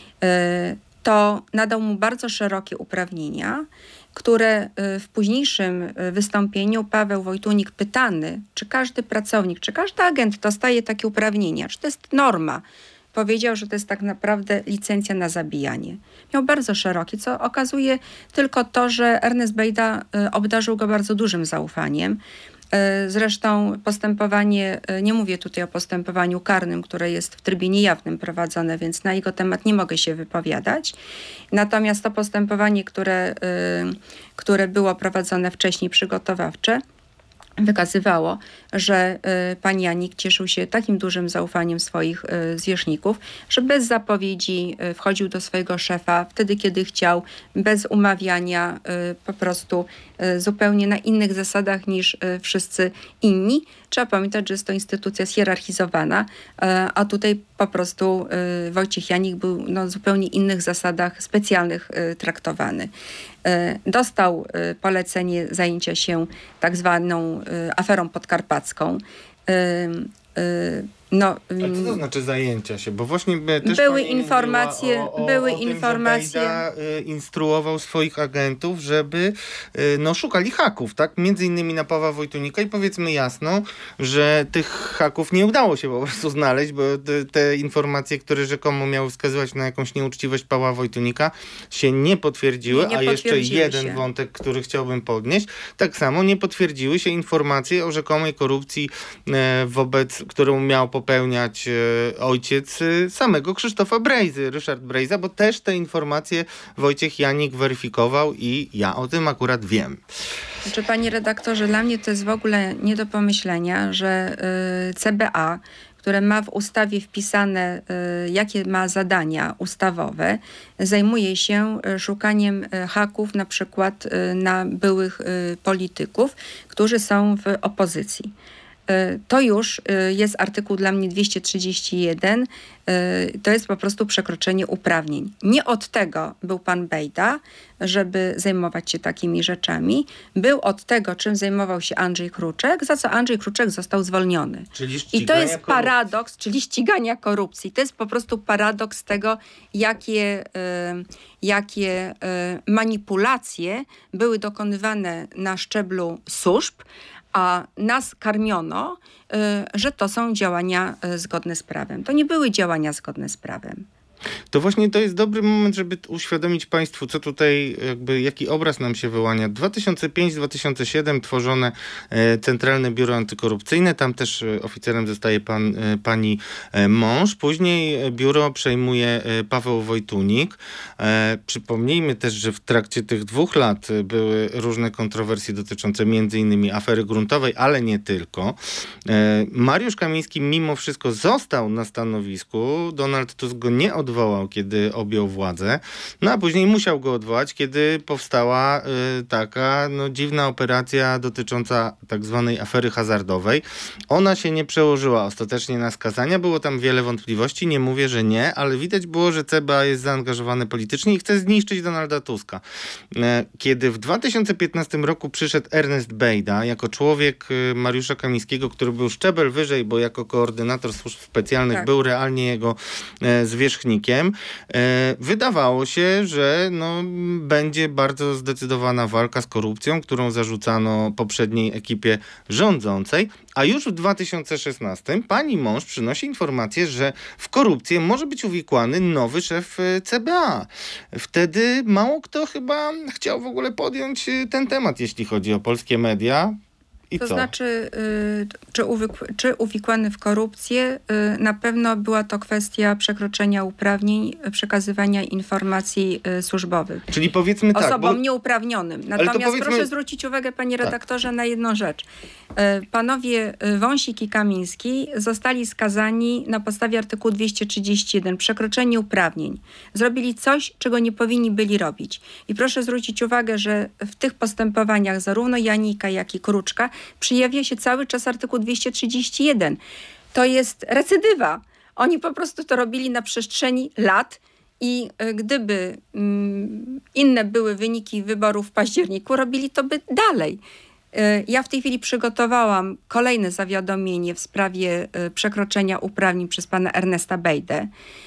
C: to nadał mu bardzo szerokie uprawnienia, które w późniejszym wystąpieniu Paweł Wojtunik pytany, czy każdy pracownik, czy każdy agent dostaje takie uprawnienia, czy to jest norma, powiedział, że to jest tak naprawdę licencja na zabijanie. Miał bardzo szerokie, co okazuje tylko to, że Ernest Bejda obdarzył go bardzo dużym zaufaniem. Zresztą postępowanie, nie mówię tutaj o postępowaniu karnym, które jest w trybie niejawnym prowadzone, więc na jego temat nie mogę się wypowiadać. Natomiast to postępowanie, które, które było prowadzone wcześniej, przygotowawcze, wykazywało, że y, pan Janik cieszył się takim dużym zaufaniem swoich y, zwierzchników, że bez zapowiedzi y, wchodził do swojego szefa wtedy, kiedy chciał, bez umawiania, y, po prostu y, zupełnie na innych zasadach niż y, wszyscy inni. Trzeba pamiętać, że jest to instytucja zhierarchizowana, y, a tutaj po prostu y, Wojciech Janik był na no, zupełnie innych zasadach specjalnych y, traktowany. Dostał polecenie zajęcia się tak zwaną aferą podkarpacką. No,
B: A co to znaczy zajęcia się? Bo właśnie by też
C: były
B: pani
C: informacje,
B: o, o,
C: były
B: o tym,
C: informacje.
B: że Bejda y, instruował swoich agentów, żeby y, no, szukali haków, tak? Między innymi na Pawła Wojtunika i powiedzmy jasno, że tych haków nie udało się po prostu znaleźć, bo te, te informacje, które rzekomo miały wskazywać na jakąś nieuczciwość Pawła Wojtunika, się nie potwierdziły,
C: Nie, nie
B: a jeszcze
C: potwierdziły
B: jeden
C: się.
B: wątek, który chciałbym podnieść, tak samo nie potwierdziły się informacje o rzekomej korupcji e, wobec, którą miał popełniać e, ojciec e, samego Krzysztofa Brejzy, Ryszard Brejza, bo też te informacje Wojciech Janik weryfikował i ja o tym akurat wiem.
C: Znaczy, panie redaktorze, dla mnie to jest w ogóle nie do pomyślenia, że y, C B A, które ma w ustawie wpisane, y, jakie ma zadania ustawowe, zajmuje się y, szukaniem y, haków na przykład y, na byłych y, polityków, którzy są w opozycji. To już jest artykuł dla mnie dwieście trzydzieści jeden. To jest po prostu przekroczenie uprawnień. Nie od tego był pan Bejda, żeby zajmować się takimi rzeczami. Był od tego, czym zajmował się Andrzej Kruczek, za co Andrzej Kruczek został zwolniony.
B: Czyli
C: I to jest
B: korupcji.
C: paradoks, czyli ścigania korupcji. To jest po prostu paradoks tego, jakie, y, jakie y, manipulacje były dokonywane na szczeblu służb, a nas karmiono, y, że to są działania y, zgodne z prawem. To nie były działania zgodne z prawem.
B: To właśnie to jest dobry moment, żeby uświadomić Państwu, co tutaj, jakby, jaki obraz nam się wyłania. dwa tysiące piąty do dwa tysiące siódmego tworzone e, Centralne Biuro Antykorupcyjne. Tam też e, oficerem zostaje pan, e, pani e, mąż. Później biuro przejmuje e, Paweł Wojtunik. E, przypomnijmy też, że w trakcie tych dwóch lat były różne kontrowersje dotyczące między innymi afery gruntowej, ale nie tylko. E, Mariusz Kamiński mimo wszystko został na stanowisku. Donald Tusk go nie odwołał, kiedy objął władzę, no a później musiał go odwołać, kiedy powstała y, taka no, dziwna operacja dotycząca tak zwanej afery hazardowej. Ona się nie przełożyła ostatecznie na skazania, było tam wiele wątpliwości, nie mówię, że nie, ale widać było, że C B A jest zaangażowane politycznie i chce zniszczyć Donalda Tuska. E, kiedy w dwa tysiące piętnastym roku przyszedł Ernest Bejda, jako człowiek y, Mariusza Kamińskiego, który był szczebel wyżej, bo jako koordynator służb specjalnych
C: Tak.
B: był realnie jego e, zwierzchnikiem, E, wydawało się, że no, będzie bardzo zdecydowana walka z korupcją, którą zarzucano poprzedniej ekipie rządzącej, a już w dwa tysiące szesnastym pani mąż przynosi informację, że w korupcję może być uwikłany nowy szef C B A. Wtedy mało kto chyba chciał w ogóle podjąć ten temat, jeśli chodzi o polskie media. I
C: to
B: co?
C: znaczy, y, czy, uwyk- czy uwikłany w korupcję, y, na pewno była to kwestia przekroczenia uprawnień, y, przekazywania informacji y, służbowych.
B: Czyli powiedzmy tak,
C: Osobom
B: bo...
C: nieuprawnionym. Natomiast
B: powiedzmy-
C: proszę zwrócić uwagę, panie redaktorze, tak. na jedną rzecz. Y, Panowie y, Wąsik i Kamiński zostali skazani na podstawie artykułu dwieście trzydzieści jeden, przekroczenie uprawnień. Zrobili coś, czego nie powinni byli robić. I proszę zwrócić uwagę, że w tych postępowaniach zarówno Janika, jak i Kruczka przyjawia się cały czas artykuł dwieście trzydzieści jeden. To jest recydywa. Oni po prostu to robili na przestrzeni lat i y, gdyby mm, inne były wyniki wyborów w październiku, robili to by dalej. Y, ja w tej chwili przygotowałam kolejne zawiadomienie w sprawie y, przekroczenia uprawnień przez pana Ernesta Bejdę.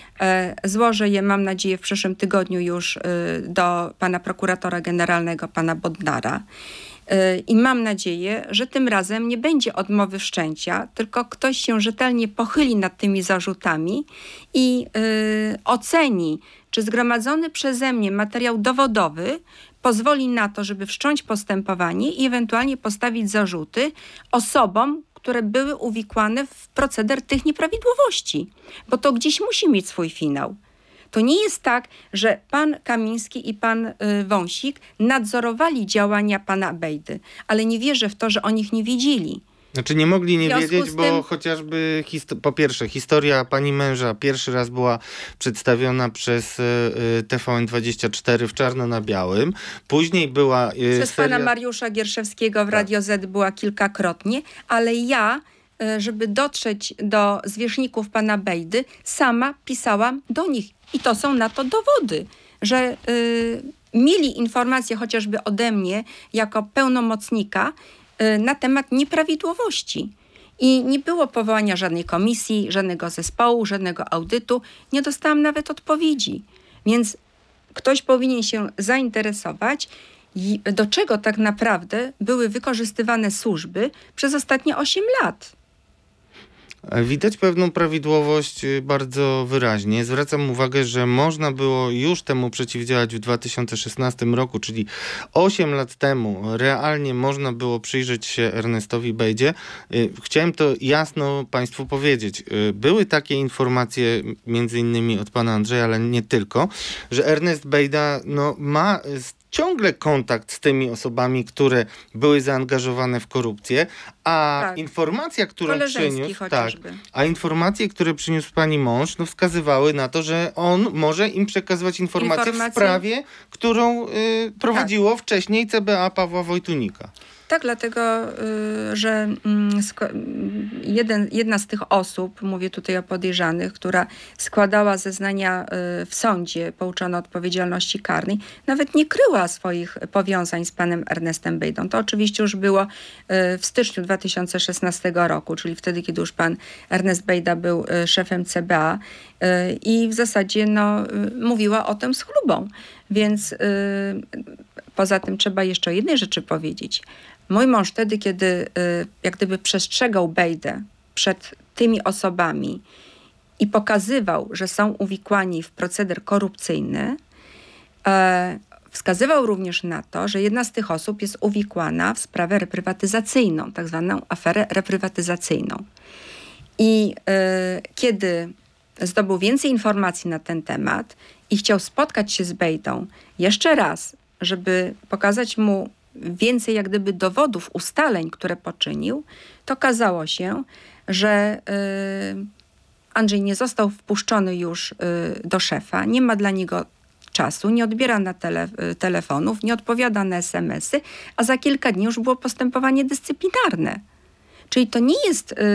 C: Y, złożę je, mam nadzieję, w przyszłym tygodniu już y, do pana prokuratora generalnego, pana Bodnara. I mam nadzieję, że tym razem nie będzie odmowy wszczęcia, tylko ktoś się rzetelnie pochyli nad tymi zarzutami i yy, oceni, czy zgromadzony przeze mnie materiał dowodowy pozwoli na to, żeby wszcząć postępowanie i ewentualnie postawić zarzuty osobom, które były uwikłane w proceder tych nieprawidłowości. Bo to gdzieś musi mieć swój finał. To nie jest tak, że pan Kamiński i pan y, Wąsik nadzorowali działania pana Bejdy, ale nie wierzę w to, że oni ich nie wiedzieli.
B: Znaczy nie mogli nie
C: W związku
B: wiedzieć,
C: z
B: bo
C: tym-
B: chociażby histo- po pierwsze historia pani męża pierwszy raz była przedstawiona przez y, y, T V N dwadzieścia cztery w czarno na białym. Później była y,
C: Przez
B: seria...
C: pana Mariusza Gierszewskiego w
B: Tak.
C: Radio Z była kilkakrotnie, ale ja, y, żeby dotrzeć do zwierzchników pana Bejdy, sama pisałam do nich. I to są na to dowody, że y, mieli informacje chociażby ode mnie jako pełnomocnika y, na temat nieprawidłowości. I nie było powołania żadnej komisji, żadnego zespołu, żadnego audytu. Nie dostałam nawet odpowiedzi. Więc ktoś powinien się zainteresować, do czego tak naprawdę były wykorzystywane służby przez ostatnie osiem lat.
B: Widać pewną prawidłowość bardzo wyraźnie. Zwracam uwagę, że można było już temu przeciwdziałać w dwa tysiące szesnastym roku, czyli osiem lat temu realnie można było przyjrzeć się Ernestowi Bejdzie. Chciałem to jasno Państwu powiedzieć. Były takie informacje, między innymi od pana Andrzeja, ale nie tylko, że Ernest Bejda no, ma ciągle kontakt z tymi osobami, które były zaangażowane w korupcję, a
C: tak.
B: informacja, którą przyniósł, tak,
C: chociażby.
B: a informacje, które przyniósł pani mąż, no wskazywały na to, że on może im przekazywać informacje, informacje? w sprawie, którą y, prowadziło tak. wcześniej C B A Pawła Wojtunika.
C: Tak, dlatego, y, że y, jeden, jedna z tych osób, mówię tutaj o podejrzanych, która składała zeznania y, w sądzie pouczona odpowiedzialności karnej, nawet nie kryła swoich powiązań z panem Ernestem Bejdą. To oczywiście już było y, w styczniu dwa tysiące szesnastego roku, czyli wtedy, kiedy już pan Ernest Bejda był y, szefem C B A y, i w zasadzie no, y, mówiła o tym z chlubą. Więc y, poza tym trzeba jeszcze o jednej rzeczy powiedzieć. Mój mąż wtedy, kiedy y, jak gdyby przestrzegał Bejdę przed tymi osobami i pokazywał, że są uwikłani w proceder korupcyjny, e, wskazywał również na to, że jedna z tych osób jest uwikłana w sprawę reprywatyzacyjną, tak zwaną aferę reprywatyzacyjną. I y, kiedy zdobył więcej informacji na ten temat i chciał spotkać się z Bejdą jeszcze raz, żeby pokazać mu więcej jak gdyby dowodów, ustaleń, które poczynił, to okazało się, że y, Andrzej nie został wpuszczony już y, do szefa, nie ma dla niego czasu, nie odbiera na tele, y, telefonów, nie odpowiada na es em esy, a za kilka dni już było postępowanie dyscyplinarne. Czyli to nie jest, y,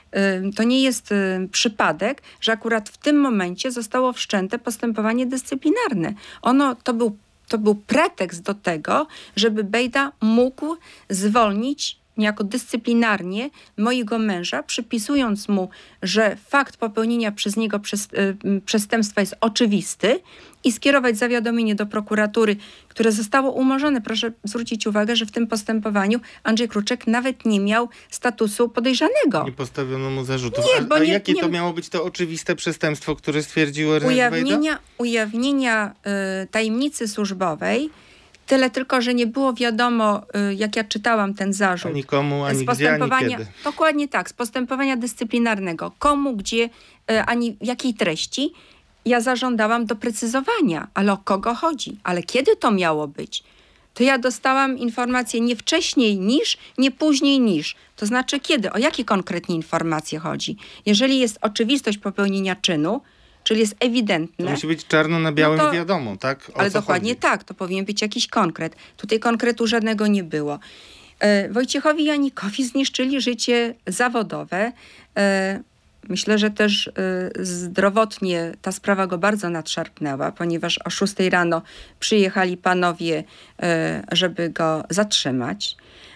C: y, to nie jest y, przypadek, że akurat w tym momencie zostało wszczęte postępowanie dyscyplinarne. Ono to był To był pretekst do tego, żeby Bejda mógł zwolnić niejako dyscyplinarnie mojego męża, przypisując mu, że fakt popełnienia przez niego przestępstwa jest oczywisty i skierować zawiadomienie do prokuratury, które zostało umorzone. Proszę zwrócić uwagę, że w tym postępowaniu Andrzej Kruczek nawet nie miał statusu podejrzanego.
B: Nie postawiono mu zarzutów.
C: Nie, bo
B: a, a
C: nie,
B: jakie
C: nie...
B: to miało być to oczywiste przestępstwo, które stwierdził Ernest
C: ujawnienia,
B: Bejda?
C: Ujawnienia y, tajemnicy służbowej. Tyle tylko, że nie było wiadomo, jak ja czytałam ten zarzut.
B: Ani komu, ani
C: z postępowania,
B: gdzie, ani kiedy.
C: Dokładnie tak, z postępowania dyscyplinarnego. Komu, gdzie, ani w jakiej treści. Ja zażądałam doprecyzowania, ale o kogo chodzi? Ale kiedy to miało być? To ja dostałam informację nie wcześniej niż, nie później niż. To znaczy kiedy? O jakie konkretnie informacje chodzi? Jeżeli jest oczywistość popełnienia czynu, czyli jest ewidentne.
B: To musi być czarno na białym, no to, wiadomo, tak? O
C: ale
B: co
C: dokładnie
B: chodzi?
C: tak, to powinien być jakiś konkret. Tutaj konkretu żadnego nie było. E, Wojciechowi Janikowi zniszczyli życie zawodowe. E, myślę, że też e, zdrowotnie ta sprawa go bardzo nadszarpnęła, ponieważ o szóstej rano przyjechali panowie, e, żeby go zatrzymać.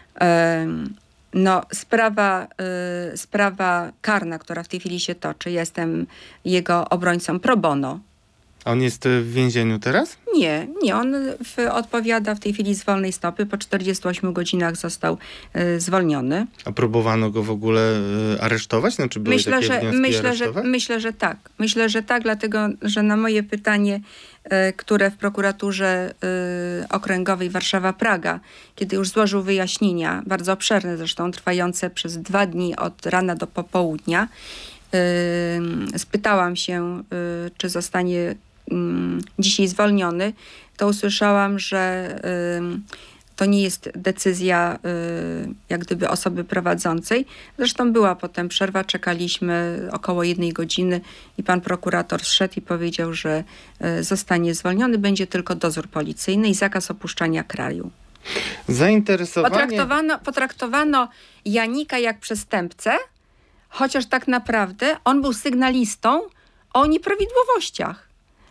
C: E, No, sprawa, y, sprawa karna, która w tej chwili się toczy, jestem jego obrońcą pro bono.
B: A on jest w więzieniu teraz?
C: Nie, nie, on w, odpowiada w tej chwili z wolnej stopy. Po czterdziestu ośmiu godzinach został y, zwolniony.
B: A próbowano go w ogóle y, aresztować? Znaczy były
C: myślę,
B: takie
C: że,
B: wnioski
C: myślę, że,
B: aresztowe?
C: myślę, że tak. Myślę, że tak, dlatego, że na moje pytanie, y, które w prokuraturze y, okręgowej Warszawa-Praga, kiedy już złożył wyjaśnienia, bardzo obszerne zresztą, trwające przez dwa dni od rana do popołudnia, y, spytałam się, y, czy zostanie dzisiaj zwolniony, to usłyszałam, że y, to nie jest decyzja y, jak gdyby osoby prowadzącej. Zresztą była potem przerwa, czekaliśmy około jednej godziny i pan prokurator zszedł i powiedział, że y, zostanie zwolniony, będzie tylko dozór policyjny i zakaz opuszczania kraju.
B: Zainteresowanie...
C: Potraktowano, potraktowano Janika jak przestępcę, chociaż tak naprawdę on był sygnalistą o nieprawidłowościach.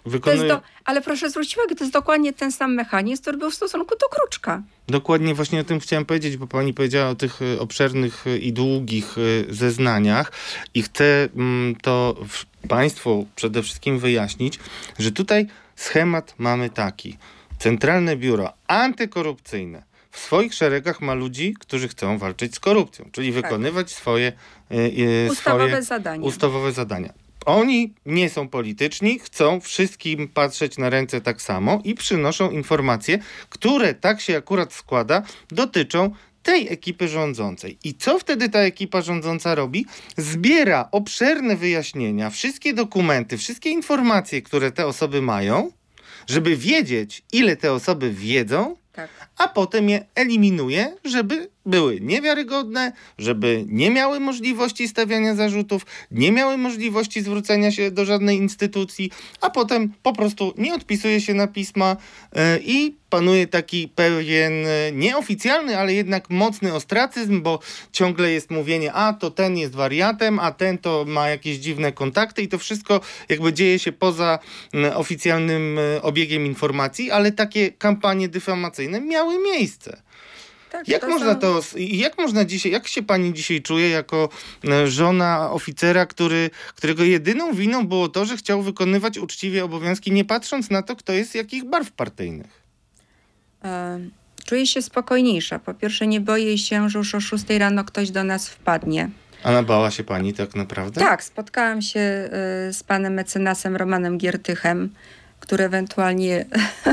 B: Wykonuje...
C: To jest do, ale proszę zwrócić uwagę, to jest dokładnie ten sam mechanizm, który był w stosunku do Kruczka.
B: Dokładnie właśnie o tym chciałem powiedzieć, bo pani powiedziała o tych y, obszernych y, i długich y, zeznaniach i chcę mm, to w, państwu przede wszystkim wyjaśnić, że tutaj schemat mamy taki. Centralne Biuro Antykorupcyjne w swoich szeregach ma ludzi, którzy chcą walczyć z korupcją, czyli tak. wykonywać swoje, y, y,
C: ustawowe,
B: swoje
C: zadania.
B: ustawowe zadania. Oni nie są polityczni, chcą wszystkim patrzeć na ręce tak samo i przynoszą informacje, które, tak się akurat składa, dotyczą tej ekipy rządzącej. I co wtedy ta ekipa rządząca robi? Zbiera obszerne wyjaśnienia, wszystkie dokumenty, wszystkie informacje, które te osoby mają, żeby wiedzieć, ile te osoby wiedzą,
C: tak.
B: a potem je eliminuje, żeby były niewiarygodne, żeby nie miały możliwości stawiania zarzutów, nie miały możliwości zwrócenia się do żadnej instytucji, a potem po prostu nie odpisuje się na pisma yy, i panuje taki pewien yy, nieoficjalny, ale jednak mocny ostracyzm, bo ciągle jest mówienie, a to ten jest wariatem, a ten to ma jakieś dziwne kontakty i to wszystko jakby dzieje się poza yy, oficjalnym yy, obiegiem informacji, ale takie kampanie dyfamacyjne miały miejsce.
C: Tak,
B: jak
C: to
B: można
C: są...
B: to, jak można dzisiaj, jak się pani dzisiaj czuje jako żona oficera, który, którego jedyną winą było to, że chciał wykonywać uczciwie obowiązki, nie patrząc na to, kto jest jakich barw partyjnych?
C: E, czuję się spokojniejsza. Po pierwsze, nie boję się, że już o szóstej rano ktoś do nas wpadnie.
B: A nabała się pani tak naprawdę?
C: Tak, spotkałam się y, z panem mecenasem Romanem Giertychem, który ewentualnie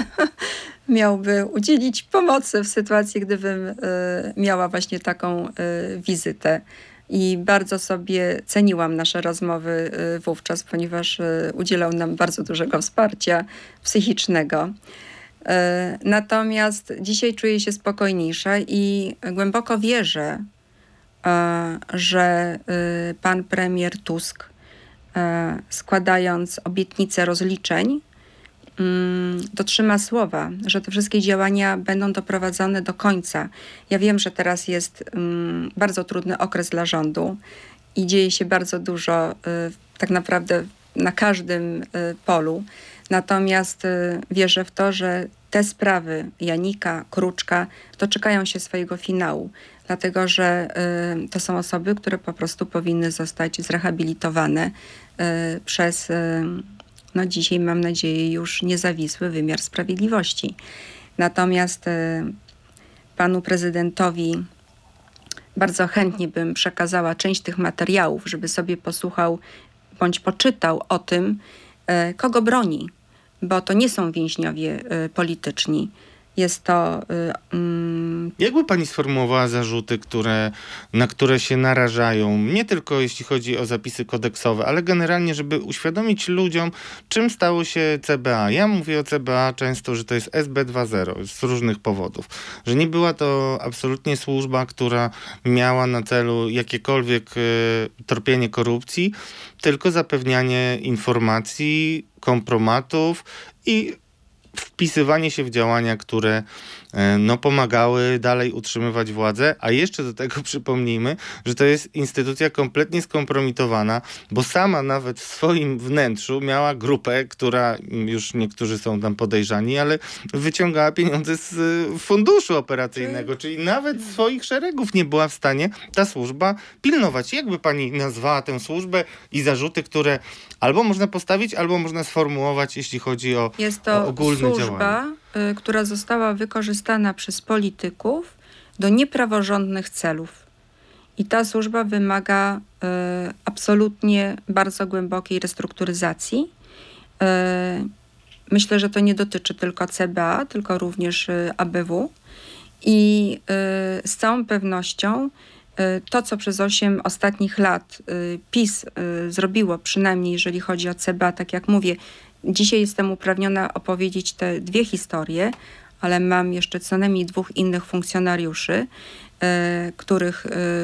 C: miałby udzielić pomocy w sytuacji, gdybym y, miała właśnie taką y, wizytę. I bardzo sobie ceniłam nasze rozmowy y, wówczas, ponieważ y, udzielał nam bardzo dużego wsparcia psychicznego. Y, natomiast dzisiaj czuję się spokojniejsza i głęboko wierzę, y, że y, pan premier Tusk, y, składając obietnicę rozliczeń, dotrzyma słowa, że te wszystkie działania będą doprowadzone do końca. Ja wiem, że teraz jest um, bardzo trudny okres dla rządu i dzieje się bardzo dużo y, tak naprawdę na każdym y, polu. Natomiast y, wierzę w to, że te sprawy Janika, Kruczka doczekają się swojego finału, dlatego że y, to są osoby, które po prostu powinny zostać zrehabilitowane y, przez... Y, no dzisiaj mam nadzieję już niezawisły wymiar sprawiedliwości. Natomiast y, panu prezydentowi bardzo chętnie bym przekazała część tych materiałów, żeby sobie posłuchał bądź poczytał o tym, y, kogo broni, bo to nie są więźniowie y, polityczni. Jest to... Y, mm...
B: Jakby pani sformułowała zarzuty, które, na które się narażają, nie tylko jeśli chodzi o zapisy kodeksowe, ale generalnie, żeby uświadomić ludziom, czym stało się C B A. Ja mówię o C B A często, że to jest S B dwa zero z różnych powodów. Że nie była to absolutnie służba, która miała na celu jakiekolwiek y, tropienie korupcji, tylko zapewnianie informacji, kompromatów i wpisywanie się w działania, które no, pomagały dalej utrzymywać władzę, a jeszcze do tego przypomnijmy, że to jest instytucja kompletnie skompromitowana, bo sama nawet w swoim wnętrzu miała grupę, która, już niektórzy są tam podejrzani, ale wyciągała pieniądze z funduszu operacyjnego, czyli nawet swoich szeregów nie była w stanie ta służba pilnować. Jakby pani nazwała tę służbę i zarzuty, które albo można postawić, albo można sformułować, jeśli chodzi o,
C: jest to
B: o ogólne
C: służba,
B: działania?
C: y, która została wykorzystana przez polityków do niepraworządnych celów. I ta służba wymaga y, absolutnie bardzo głębokiej restrukturyzacji. Y, myślę, że to nie dotyczy tylko C B A, tylko również y, A B W. I y, z całą pewnością to, co przez osiem ostatnich lat PiS zrobiło, przynajmniej jeżeli chodzi o C B A, tak jak mówię, dzisiaj jestem uprawniona opowiedzieć te dwie historie, ale mam jeszcze co najmniej dwóch innych funkcjonariuszy, których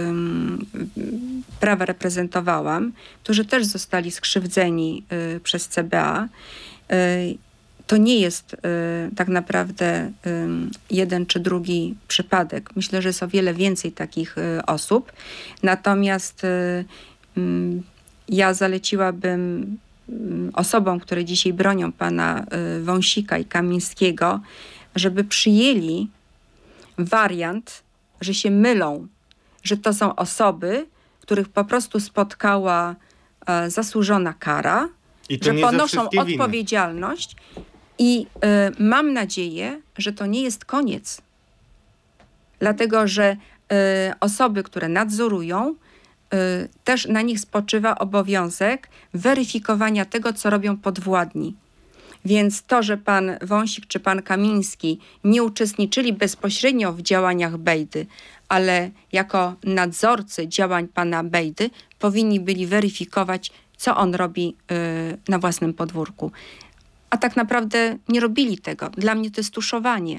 C: prawa reprezentowałam, którzy też zostali skrzywdzeni przez C B A. To nie jest y, tak naprawdę y, jeden czy drugi przypadek. Myślę, że jest o wiele więcej takich y, osób. Natomiast y, y, ja zaleciłabym osobom, które dzisiaj bronią pana Wąsika i Kamińskiego, żeby przyjęli wariant, że się mylą, że to są osoby, których po prostu spotkała e, zasłużona kara,
B: I to
C: że
B: nie za
C: ponoszą
B: wszystkie winy.
C: odpowiedzialność i e, mam nadzieję, że to nie jest koniec. Dlatego, że e, osoby, które nadzorują, e, też na nich spoczywa obowiązek weryfikowania tego, co robią podwładni. Więc to, że pan Wąsik czy pan Kamiński nie uczestniczyli bezpośrednio w działaniach Bejdy, ale jako nadzorcy działań pana Bejdy powinni byli weryfikować, co on robi y, na własnym podwórku. A tak naprawdę nie robili tego. Dla mnie to jest tuszowanie.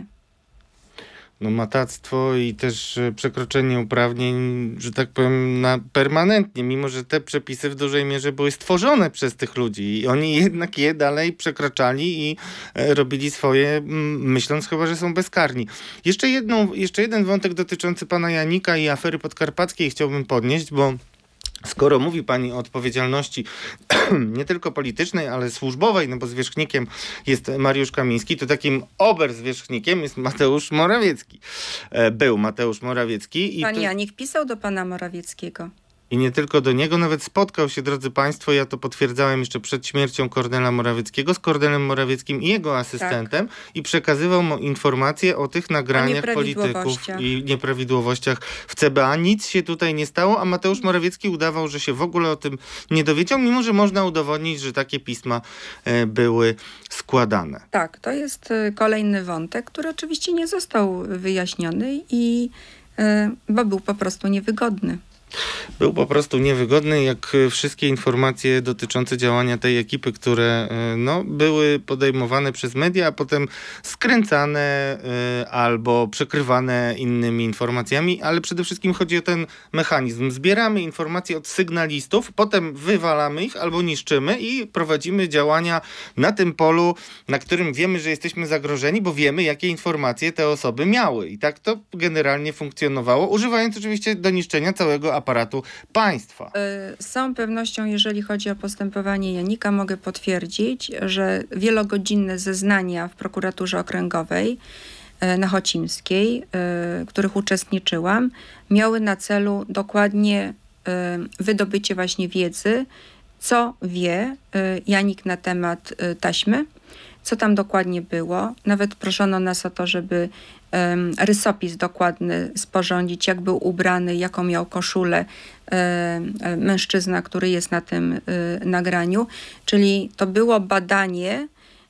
B: No matactwo i też e, przekroczenie uprawnień, że tak powiem, na permanentnie, mimo że te przepisy w dużej mierze były stworzone przez tych ludzi i oni jednak je dalej przekraczali i e, robili swoje, m, myśląc chyba, że są bezkarni. Jeszcze, jedną, jeszcze jeden wątek dotyczący pana Janika i afery podkarpackiej chciałbym podnieść, bo skoro mówi pani o odpowiedzialności nie tylko politycznej, ale służbowej, no bo zwierzchnikiem jest Mariusz Kamiński, to takim oberzwierzchnikiem jest Mateusz Morawiecki. E, był Mateusz Morawiecki. I
C: Pan
B: to...
C: Janik pisał do pana Morawieckiego.
B: I nie tylko do niego, nawet spotkał się, drodzy państwo, ja to potwierdzałem jeszcze przed śmiercią Kornela Morawieckiego, z Kornelem Morawieckim i jego asystentem tak. i przekazywał mu informacje o tych nagraniach
C: o
B: polityków i nieprawidłowościach w C B A. Nic się tutaj nie stało, a Mateusz Morawiecki udawał, że się w ogóle o tym nie dowiedział, mimo że można udowodnić, że takie pisma e, były składane.
C: Tak, to jest kolejny wątek, który oczywiście nie został wyjaśniony i e, bo był po prostu niewygodny.
B: Był po prostu niewygodny, jak wszystkie informacje dotyczące działania tej ekipy, które no, były podejmowane przez media, a potem skręcane y, albo przekrywane innymi informacjami, ale przede wszystkim chodzi o ten mechanizm. Zbieramy informacje od sygnalistów, potem wywalamy ich albo niszczymy i prowadzimy działania na tym polu, na którym wiemy, że jesteśmy zagrożeni, bo wiemy, jakie informacje te osoby miały. I tak to generalnie funkcjonowało, używając oczywiście do niszczenia całego aparatu państwa.
C: Z całą pewnością, jeżeli chodzi o postępowanie Janika, mogę potwierdzić, że wielogodzinne zeznania w prokuraturze okręgowej na Chocimskiej, w których uczestniczyłam, miały na celu dokładnie wydobycie właśnie wiedzy, co wie Janik na temat taśmy, co tam dokładnie było. Nawet proszono nas o to, żeby um, rysopis dokładny sporządzić, jak był ubrany, jaką miał koszulę um, mężczyzna, który jest na tym um, nagraniu. Czyli to było badanie,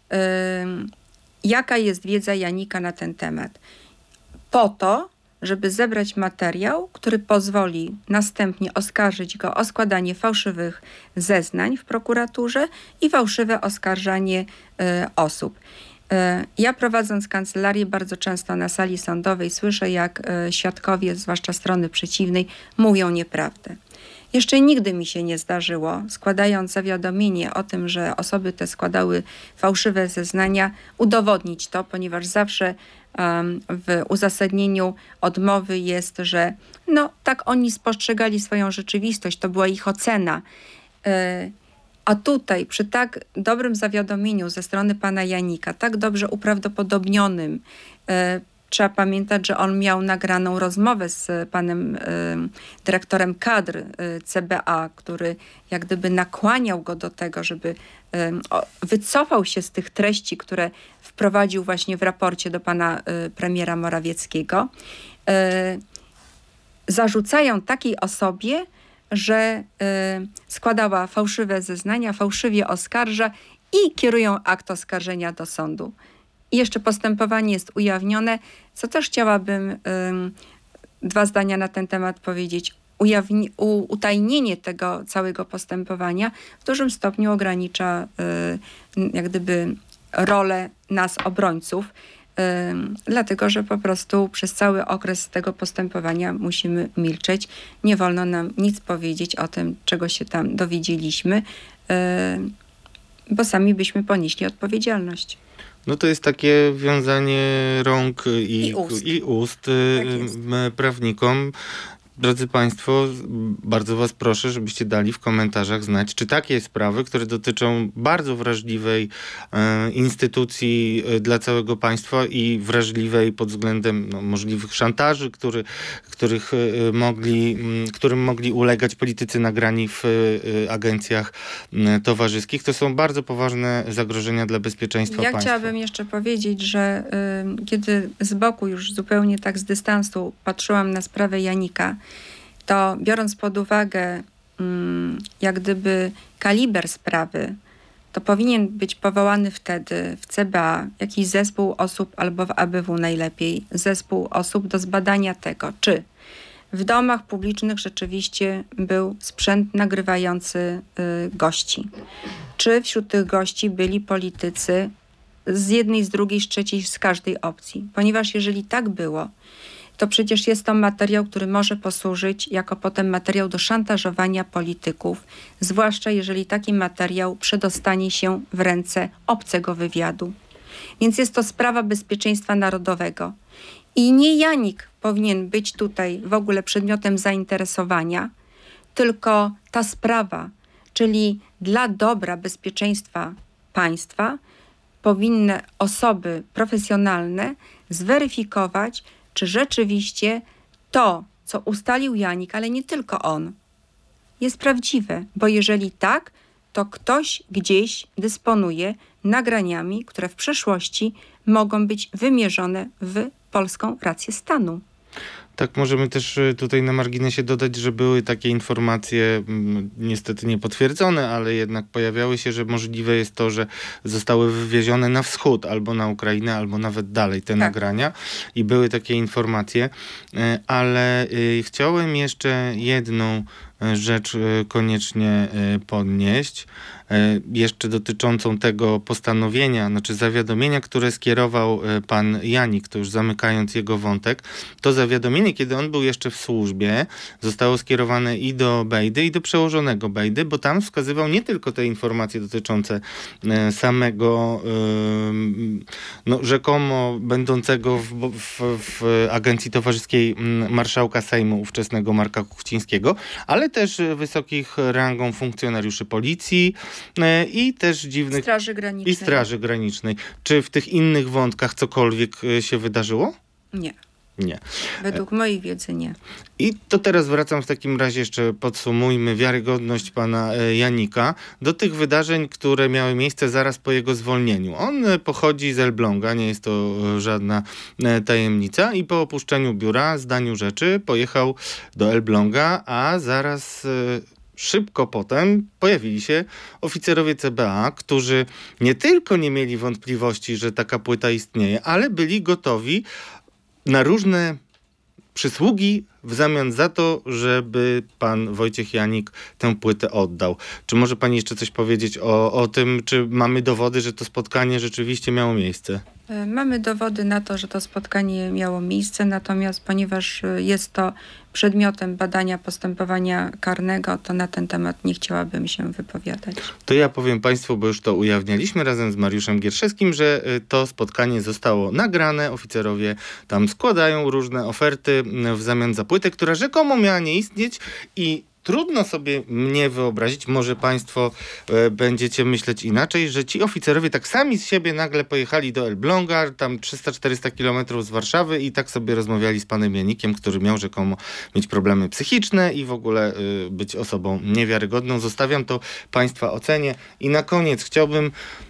C: um, jaka jest wiedza Janika na ten temat. Po to, żeby zebrać materiał, który pozwoli następnie oskarżyć go o składanie fałszywych zeznań w prokuraturze i fałszywe oskarżanie y, osób. Y, ja prowadząc kancelarię bardzo często na sali sądowej słyszę, jak y, świadkowie, zwłaszcza strony przeciwnej, mówią nieprawdę. Jeszcze nigdy mi się nie zdarzyło, składając zawiadomienie o tym, że osoby te składały fałszywe zeznania, udowodnić to, ponieważ zawsze um, w uzasadnieniu odmowy jest, że no tak oni spostrzegali swoją rzeczywistość, to była ich ocena. Yy, a tutaj przy tak dobrym zawiadomieniu ze strony pana Janika, tak dobrze uprawdopodobnionym, yy, trzeba pamiętać, że on miał nagraną rozmowę z panem y, dyrektorem kadr y, C B A, który jak gdyby nakłaniał go do tego, żeby y, o, wycofał się z tych treści, które wprowadził właśnie w raporcie do pana y, premiera Morawieckiego. Y, zarzucają takiej osobie, że y, składała fałszywe zeznania, fałszywie oskarża i kierują akt oskarżenia do sądu. I jeszcze postępowanie jest ujawnione, co też chciałabym um, dwa zdania na ten temat powiedzieć. Ujawni- u- utajnienie tego całego postępowania w dużym stopniu ogranicza y, jak gdyby rolę nas, obrońców, y, dlatego że po prostu przez cały okres tego postępowania musimy milczeć. Nie wolno nam nic powiedzieć o tym, czego się tam dowiedzieliśmy, y, bo sami byśmy ponieśli odpowiedzialność.
B: No to jest takie wiązanie rąk i,
C: I ust,
B: i ust
C: tak jest.
B: prawnikom. drodzy Państwo, bardzo Was proszę, żebyście dali w komentarzach znać, czy takie sprawy, które dotyczą bardzo wrażliwej e, instytucji e, dla całego państwa i wrażliwej pod względem no, możliwych szantaży, który, których, e, mogli, m, którym mogli ulegać politycy nagrani w e, agencjach e, towarzyskich, to są bardzo poważne zagrożenia dla bezpieczeństwa
C: ja
B: państwa.
C: Ja chciałabym jeszcze powiedzieć, że y, kiedy z boku już zupełnie tak z dystansu patrzyłam na sprawę Janika, to biorąc pod uwagę mm, jak gdyby kaliber sprawy, to powinien być powołany wtedy w C B A jakiś zespół osób, albo w A B W najlepiej, zespół osób do zbadania tego, czy w domach publicznych rzeczywiście był sprzęt nagrywający y, gości. Czy wśród tych gości byli politycy z jednej, z drugiej, z trzeciej, z każdej opcji. Ponieważ jeżeli tak było, to przecież jest to materiał, który może posłużyć jako potem materiał do szantażowania polityków, zwłaszcza jeżeli taki materiał przedostanie się w ręce obcego wywiadu. Więc jest to sprawa bezpieczeństwa narodowego. I nie Janik powinien być tutaj w ogóle przedmiotem zainteresowania, tylko ta sprawa, czyli dla dobra bezpieczeństwa państwa powinny osoby profesjonalne zweryfikować, czy rzeczywiście to, co ustalił Janik, ale nie tylko on, jest prawdziwe. Bo jeżeli tak, to ktoś gdzieś dysponuje nagraniami, które w przeszłości mogą być wymierzone w polską rację stanu.
B: Tak, możemy też tutaj na marginesie dodać, że były takie informacje, niestety niepotwierdzone, ale jednak pojawiały się, że możliwe jest to, że zostały wywiezione na wschód, albo na Ukrainę, albo nawet dalej te tak. nagrania. I były takie informacje, ale chciałem jeszcze jedną rzecz koniecznie podnieść, jeszcze dotyczącą tego postanowienia, znaczy zawiadomienia, które skierował pan Janik, to już zamykając jego wątek. To zawiadomienie, kiedy on był jeszcze w służbie, zostało skierowane i do Bejdy, i do przełożonego Bejdy, bo tam wskazywał nie tylko te informacje dotyczące samego no, rzekomo będącego w, w, w agencji towarzyskiej marszałka Sejmu ówczesnego Marka Kuchcińskiego, ale też wysokich rangą funkcjonariuszy policji i też dziwnych...
C: Straży Granicznej.
B: I Straży Granicznej. Czy w tych innych wątkach cokolwiek się wydarzyło?
C: Nie.
B: Nie.
C: Według mojej wiedzy nie.
B: I to teraz wracam w takim razie jeszcze, podsumujmy wiarygodność pana Janika do tych wydarzeń, które miały miejsce zaraz po jego zwolnieniu. On pochodzi z Elbląga, nie jest to żadna tajemnica, i po opuszczeniu biura, zdaniu rzeczy, pojechał do Elbląga, a zaraz... Szybko potem pojawili się oficerowie C B A, którzy nie tylko nie mieli wątpliwości, że taka płyta istnieje, ale byli gotowi na różne przysługi w zamian za to, żeby pan Wojciech Janik tę płytę oddał. Czy może pani jeszcze coś powiedzieć o, o tym, czy mamy dowody, że to spotkanie rzeczywiście miało miejsce?
C: Mamy dowody na to, że to spotkanie miało miejsce, natomiast ponieważ jest to przedmiotem badania postępowania karnego, to na ten temat nie chciałabym się wypowiadać.
B: To ja powiem państwu, bo już to ujawnialiśmy razem z Mariuszem Gierszewskim, że to spotkanie zostało nagrane. Oficerowie tam składają różne oferty w zamian za płytę, która rzekomo miała nie istnieć, i trudno sobie mnie wyobrazić, może państwo e, będziecie myśleć inaczej, że ci oficerowie tak sami z siebie nagle pojechali do Elbląga, tam trzysta czterysta kilometrów z Warszawy, i tak sobie rozmawiali z panem Janikiem, który miał rzekomo mieć problemy psychiczne i w ogóle y, być osobą niewiarygodną. Zostawiam to państwa ocenie. I na koniec chciałbym...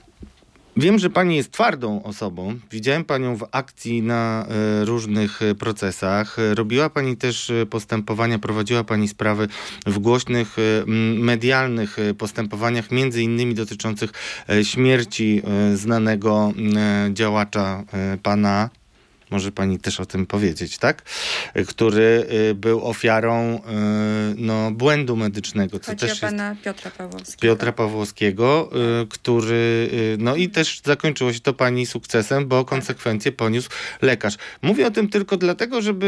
B: Wiem, że pani jest twardą osobą. Widziałem panią w akcji na y, różnych y, procesach. Robiła pani też y, postępowania, prowadziła pani sprawy w głośnych, y, medialnych y, postępowaniach, między innymi dotyczących y, śmierci y, znanego y, działacza y, pana... Może pani też o tym powiedzieć, tak? Który y, był ofiarą y, no, błędu medycznego. Co
C: Chodzi
B: też
C: o
B: jest...
C: pana Piotra Pawłowskiego.
B: Piotra Pawłowskiego, y, który... Y, no i też zakończyło się to pani sukcesem, bo konsekwencje poniósł lekarz. Mówię o tym tylko dlatego, żeby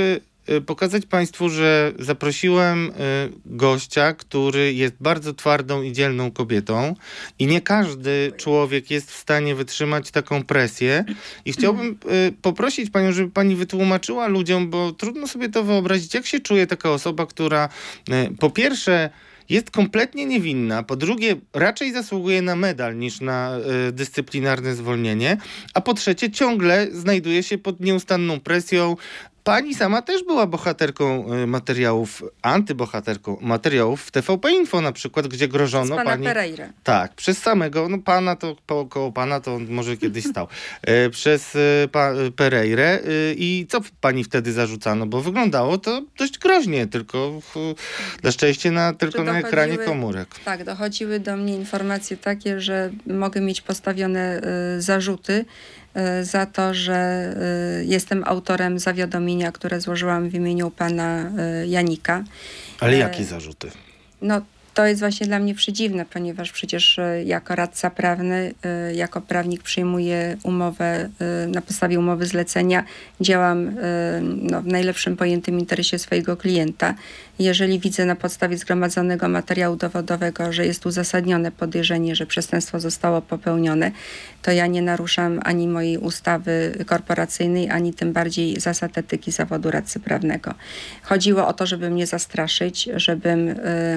B: y, pokazać państwu, że zaprosiłem y, gościa, który jest bardzo twardą i dzielną kobietą i nie każdy człowiek jest w stanie wytrzymać taką presję i chciałbym y, poprosić panią, żeby pani wytłumaczyła ludziom, bo trudno sobie to wyobrazić, jak się czuje taka osoba, która y, po pierwsze jest kompletnie niewinna, po drugie raczej zasługuje na medal niż na y, dyscyplinarne zwolnienie, a po trzecie ciągle znajduje się pod nieustanną presją. Pani sama też była bohaterką y, materiałów, antybohaterką materiałów w T V P Info na przykład, gdzie grożono
C: Przez pana
B: pani...
C: Pereirę.
B: Tak, przez samego, no pana to, po, koło pana to może kiedyś stał, y, przez y, pa, Pereirę y, i co pani wtedy zarzucano, bo wyglądało to dość groźnie, tylko y, na szczęście na, tylko na ekranie komórek.
C: Tak, dochodziły do mnie informacje takie, że mogę mieć postawione y, zarzuty za to, że y, jestem autorem zawiadomienia, które złożyłam w imieniu pana y, Janika.
B: Ale jakie zarzuty?
C: No, to jest właśnie dla mnie przedziwne, ponieważ przecież y, jako radca prawny, y, jako prawnik przyjmuję umowę, y, na podstawie umowy zlecenia działam y, no, w najlepszym pojętym interesie swojego klienta. Jeżeli widzę na podstawie zgromadzonego materiału dowodowego, że jest uzasadnione podejrzenie, że przestępstwo zostało popełnione, to ja nie naruszam ani mojej ustawy korporacyjnej, ani tym bardziej zasad etyki zawodu radcy prawnego. Chodziło o to, żeby mnie zastraszyć, żebym,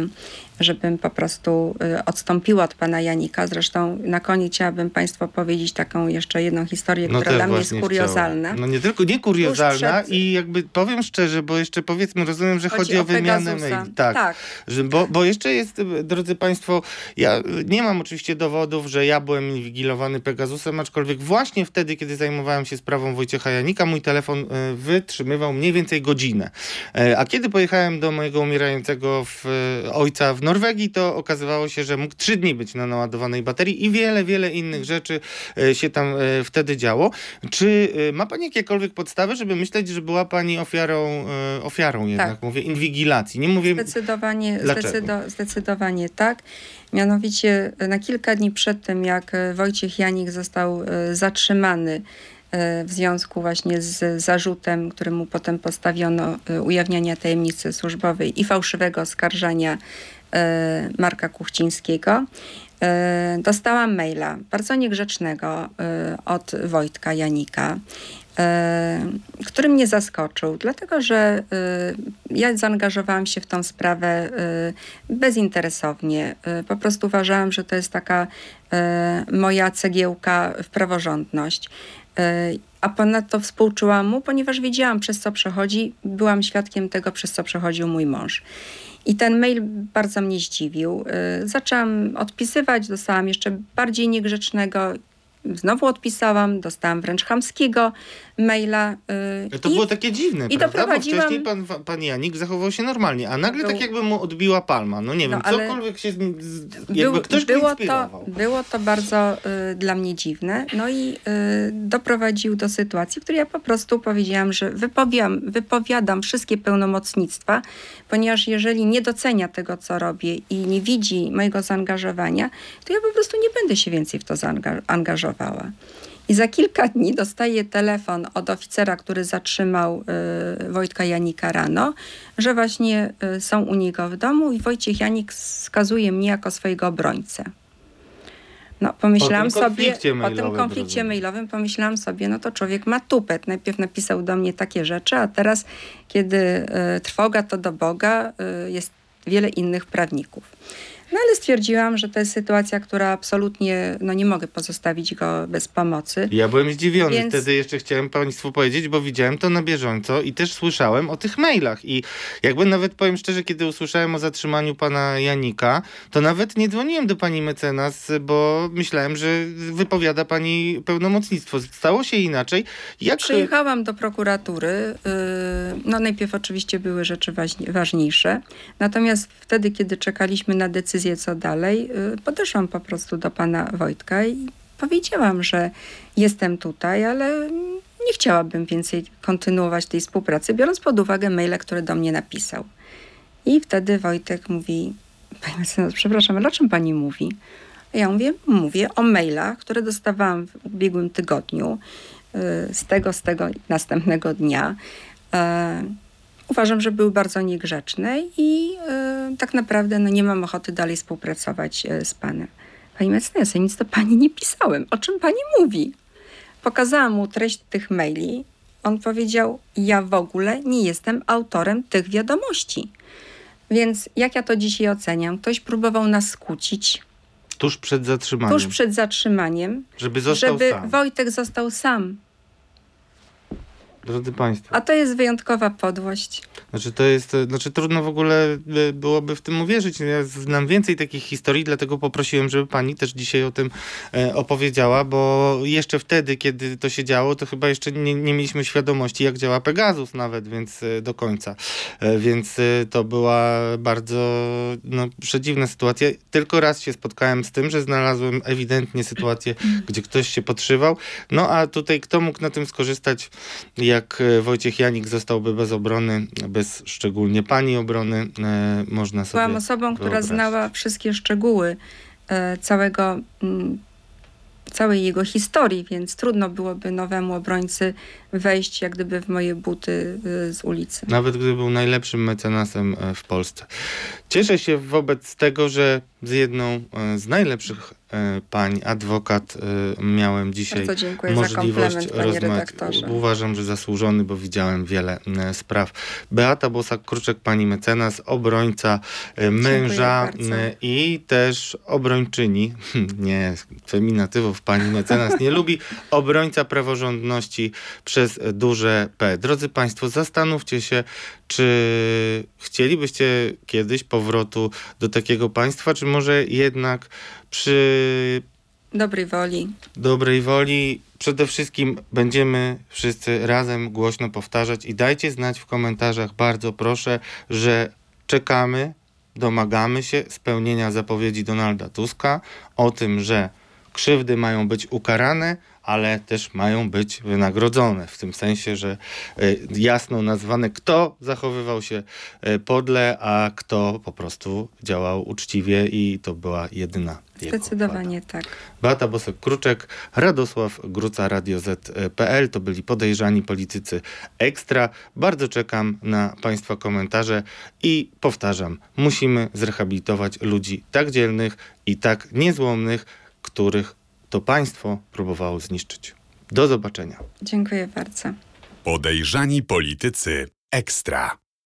C: żebym po prostu odstąpiła od pana Janika. Zresztą na koniec chciałabym państwu powiedzieć taką jeszcze jedną historię,
B: no
C: która dla mnie jest kuriozalna.
B: Chciałem. No nie tylko nie kuriozalna
C: przed...
B: i jakby powiem szczerze, bo jeszcze powiedzmy, rozumiem, że chodzi, chodzi o, o wymianę maili. Tak,
C: tak.
B: Że, bo, bo jeszcze jest, drodzy państwo, ja nie mam oczywiście dowodów, że ja byłem inwigilowany Pegasusem, aczkolwiek właśnie wtedy, kiedy zajmowałem się sprawą Wojciecha Janika, mój telefon y, wytrzymywał mniej więcej godzinę. Y, a kiedy pojechałem do mojego umierającego w, y, ojca w Norwegii, to okazywało się, że mógł trzy dni być na naładowanej baterii i wiele, wiele innych rzeczy y, się tam y, wtedy działo. Czy y, ma pani jakiekolwiek podstawy, żeby myśleć, że była pani ofiarą, y, ofiarą jednak, tak. mówię, inwigilacji? Nie mówię...
C: Zdecydowanie, zdecydo, zdecydowanie tak. Mianowicie na kilka dni przed tym, jak Wojciech Janik został zatrzymany w związku właśnie z zarzutem, któremu potem postawiono ujawniania tajemnicy służbowej i fałszywego oskarżania Marka Kuchcińskiego, dostałam maila bardzo niegrzecznego od Wojtka Janika, który mnie zaskoczył, dlatego że y, ja zaangażowałam się w tą sprawę y, bezinteresownie. Y, po prostu uważałam, że to jest taka y, moja cegiełka w praworządność. Y, a ponadto współczułam mu, ponieważ wiedziałam, przez co przechodzi, byłam świadkiem tego, przez co przechodził mój mąż. I ten mail bardzo mnie zdziwił. Y, zaczęłam odpisywać, dostałam jeszcze bardziej niegrzecznego. Znowu odpisałam, dostałam wręcz chamskiego maila. Yy,
B: to
C: i,
B: było takie dziwne,
C: i
B: prawda?
C: doprowadziłam...
B: Bo wcześniej pan, pan Janik zachował się normalnie, a nagle był... tak jakby mu odbiła palma. No nie no, wiem, cokolwiek się... Jakby był, ktoś
C: było
B: go inspirował.
C: To, było to bardzo y, dla mnie dziwne. No i y, doprowadził do sytuacji, w której ja po prostu powiedziałam, że wypowiadam, wypowiadam wszystkie pełnomocnictwa, ponieważ jeżeli nie docenia tego, co robię i nie widzi mojego zaangażowania, to ja po prostu nie będę się więcej w to zaangażować. I za kilka dni dostaję telefon od oficera, który zatrzymał y, Wojtka Janika rano, że właśnie y, są u niego w domu i Wojciech Janik wskazuje mnie jako swojego obrońcę. No, pomyślałam
B: po
C: sobie,
B: po
C: tym konflikcie mailowym pomyślałam sobie, no to człowiek ma tupet. Najpierw napisał do mnie takie rzeczy, a teraz, kiedy y, trwoga to do Boga, y, jest wiele innych prawników. No ale stwierdziłam, że to jest sytuacja, która absolutnie, no nie mogę pozostawić go bez pomocy.
B: Ja byłem zdziwiony.
C: Więc...
B: Wtedy jeszcze chciałem państwu powiedzieć, bo widziałem to na bieżąco i też słyszałem o tych mailach. I jakby nawet powiem szczerze, kiedy usłyszałem o zatrzymaniu pana Janika, to nawet nie dzwoniłem do pani mecenas, bo myślałem, że wypowiada pani pełnomocnictwo. Stało się inaczej. Jak...
C: Przyjechałam do prokuratury. No najpierw oczywiście były rzeczy ważniejsze. Natomiast wtedy, kiedy czekaliśmy na decyzję, co dalej, podeszłam po prostu do pana Wojtka i powiedziałam, że jestem tutaj, ale nie chciałabym więcej kontynuować tej współpracy, biorąc pod uwagę maile, które do mnie napisał. I wtedy Wojtek mówi, pani mecenas, przepraszam, ale o czym pani mówi? A ja mówię, mówię o mailach, które dostawałam w ubiegłym tygodniu, z tego, z tego następnego dnia. Uważam, że był bardzo niegrzeczny i y, tak naprawdę no, nie mam ochoty dalej współpracować y, z panem. Pani mecenas, ja nic do pani nie pisałem. O czym pani mówi? Pokazałam mu treść tych maili. On powiedział, ja w ogóle nie jestem autorem tych wiadomości. Więc jak ja to dzisiaj oceniam? Ktoś próbował nas skłócić.
B: Tuż przed zatrzymaniem.
C: Tuż przed zatrzymaniem.
B: Żeby został
C: żeby
B: sam.
C: Wojtek został sam.
B: Drodzy Państwo.
C: A to jest wyjątkowa podłość.
B: Znaczy to jest, znaczy trudno w ogóle byłoby w tym uwierzyć. Ja znam więcej takich historii, dlatego poprosiłem, żeby pani też dzisiaj o tym e, opowiedziała, bo jeszcze wtedy, kiedy to się działo, to chyba jeszcze nie, nie mieliśmy świadomości, jak działa Pegasus nawet, więc e, do końca. E, więc e, to była bardzo no, przedziwna sytuacja. Tylko raz się spotkałem z tym, że znalazłem ewidentnie sytuację, gdzie ktoś się podszywał. No a tutaj kto mógł na tym skorzystać, jak Wojciech Janik zostałby bez obrony, bez szczególnie pani obrony, e, można sobie
C: Byłam osobą, która
B: wyobrazić.
C: znała wszystkie szczegóły e, całego, m, całej jego historii, więc trudno byłoby nowemu obrońcy wejść jak gdyby w moje buty e, z ulicy.
B: Nawet gdyby był najlepszym mecenasem e, w Polsce. Cieszę się wobec tego, że z jedną e, z najlepszych e, pań, adwokat, e, miałem dzisiaj
C: Bardzo dziękuję za
B: możliwość
C: komplement, panie
B: rozmawiać.
C: redaktorze.
B: Uważam, że zasłużony, bo widziałem wiele e, spraw. Beata Bosak-Kruczek, pani mecenas, obrońca e, męża
C: bardzo.
B: e, i też obrończyni, nie, feminatywów pani mecenas nie lubi, obrońca praworządności przez duże P. Drodzy Państwo, zastanówcie się, czy chcielibyście kiedyś powrotu do takiego państwa, czy może jednak przy
C: Dobrej woli.
B: dobrej woli przede wszystkim będziemy wszyscy razem głośno powtarzać i dajcie znać w komentarzach, bardzo proszę, że czekamy, domagamy się spełnienia zapowiedzi Donalda Tuska o tym, że krzywdy mają być ukarane, ale też mają być wynagrodzone. W tym sensie, że y, jasno nazwane, kto zachowywał się y, podle, a kto po prostu działał uczciwie i to była jedyna jego
C: Zdecydowanie
B: wada.
C: tak.
B: Beata Bosek-Kruczek, Radosław Gruca, Radio Z kropka P L. To byli podejrzani politycy Ekstra. Bardzo czekam na Państwa komentarze i powtarzam, musimy zrehabilitować ludzi tak dzielnych i tak niezłomnych, których to państwo próbowało zniszczyć. Do zobaczenia.
C: Dziękuję bardzo.
A: Podejrzani politycy Ekstra.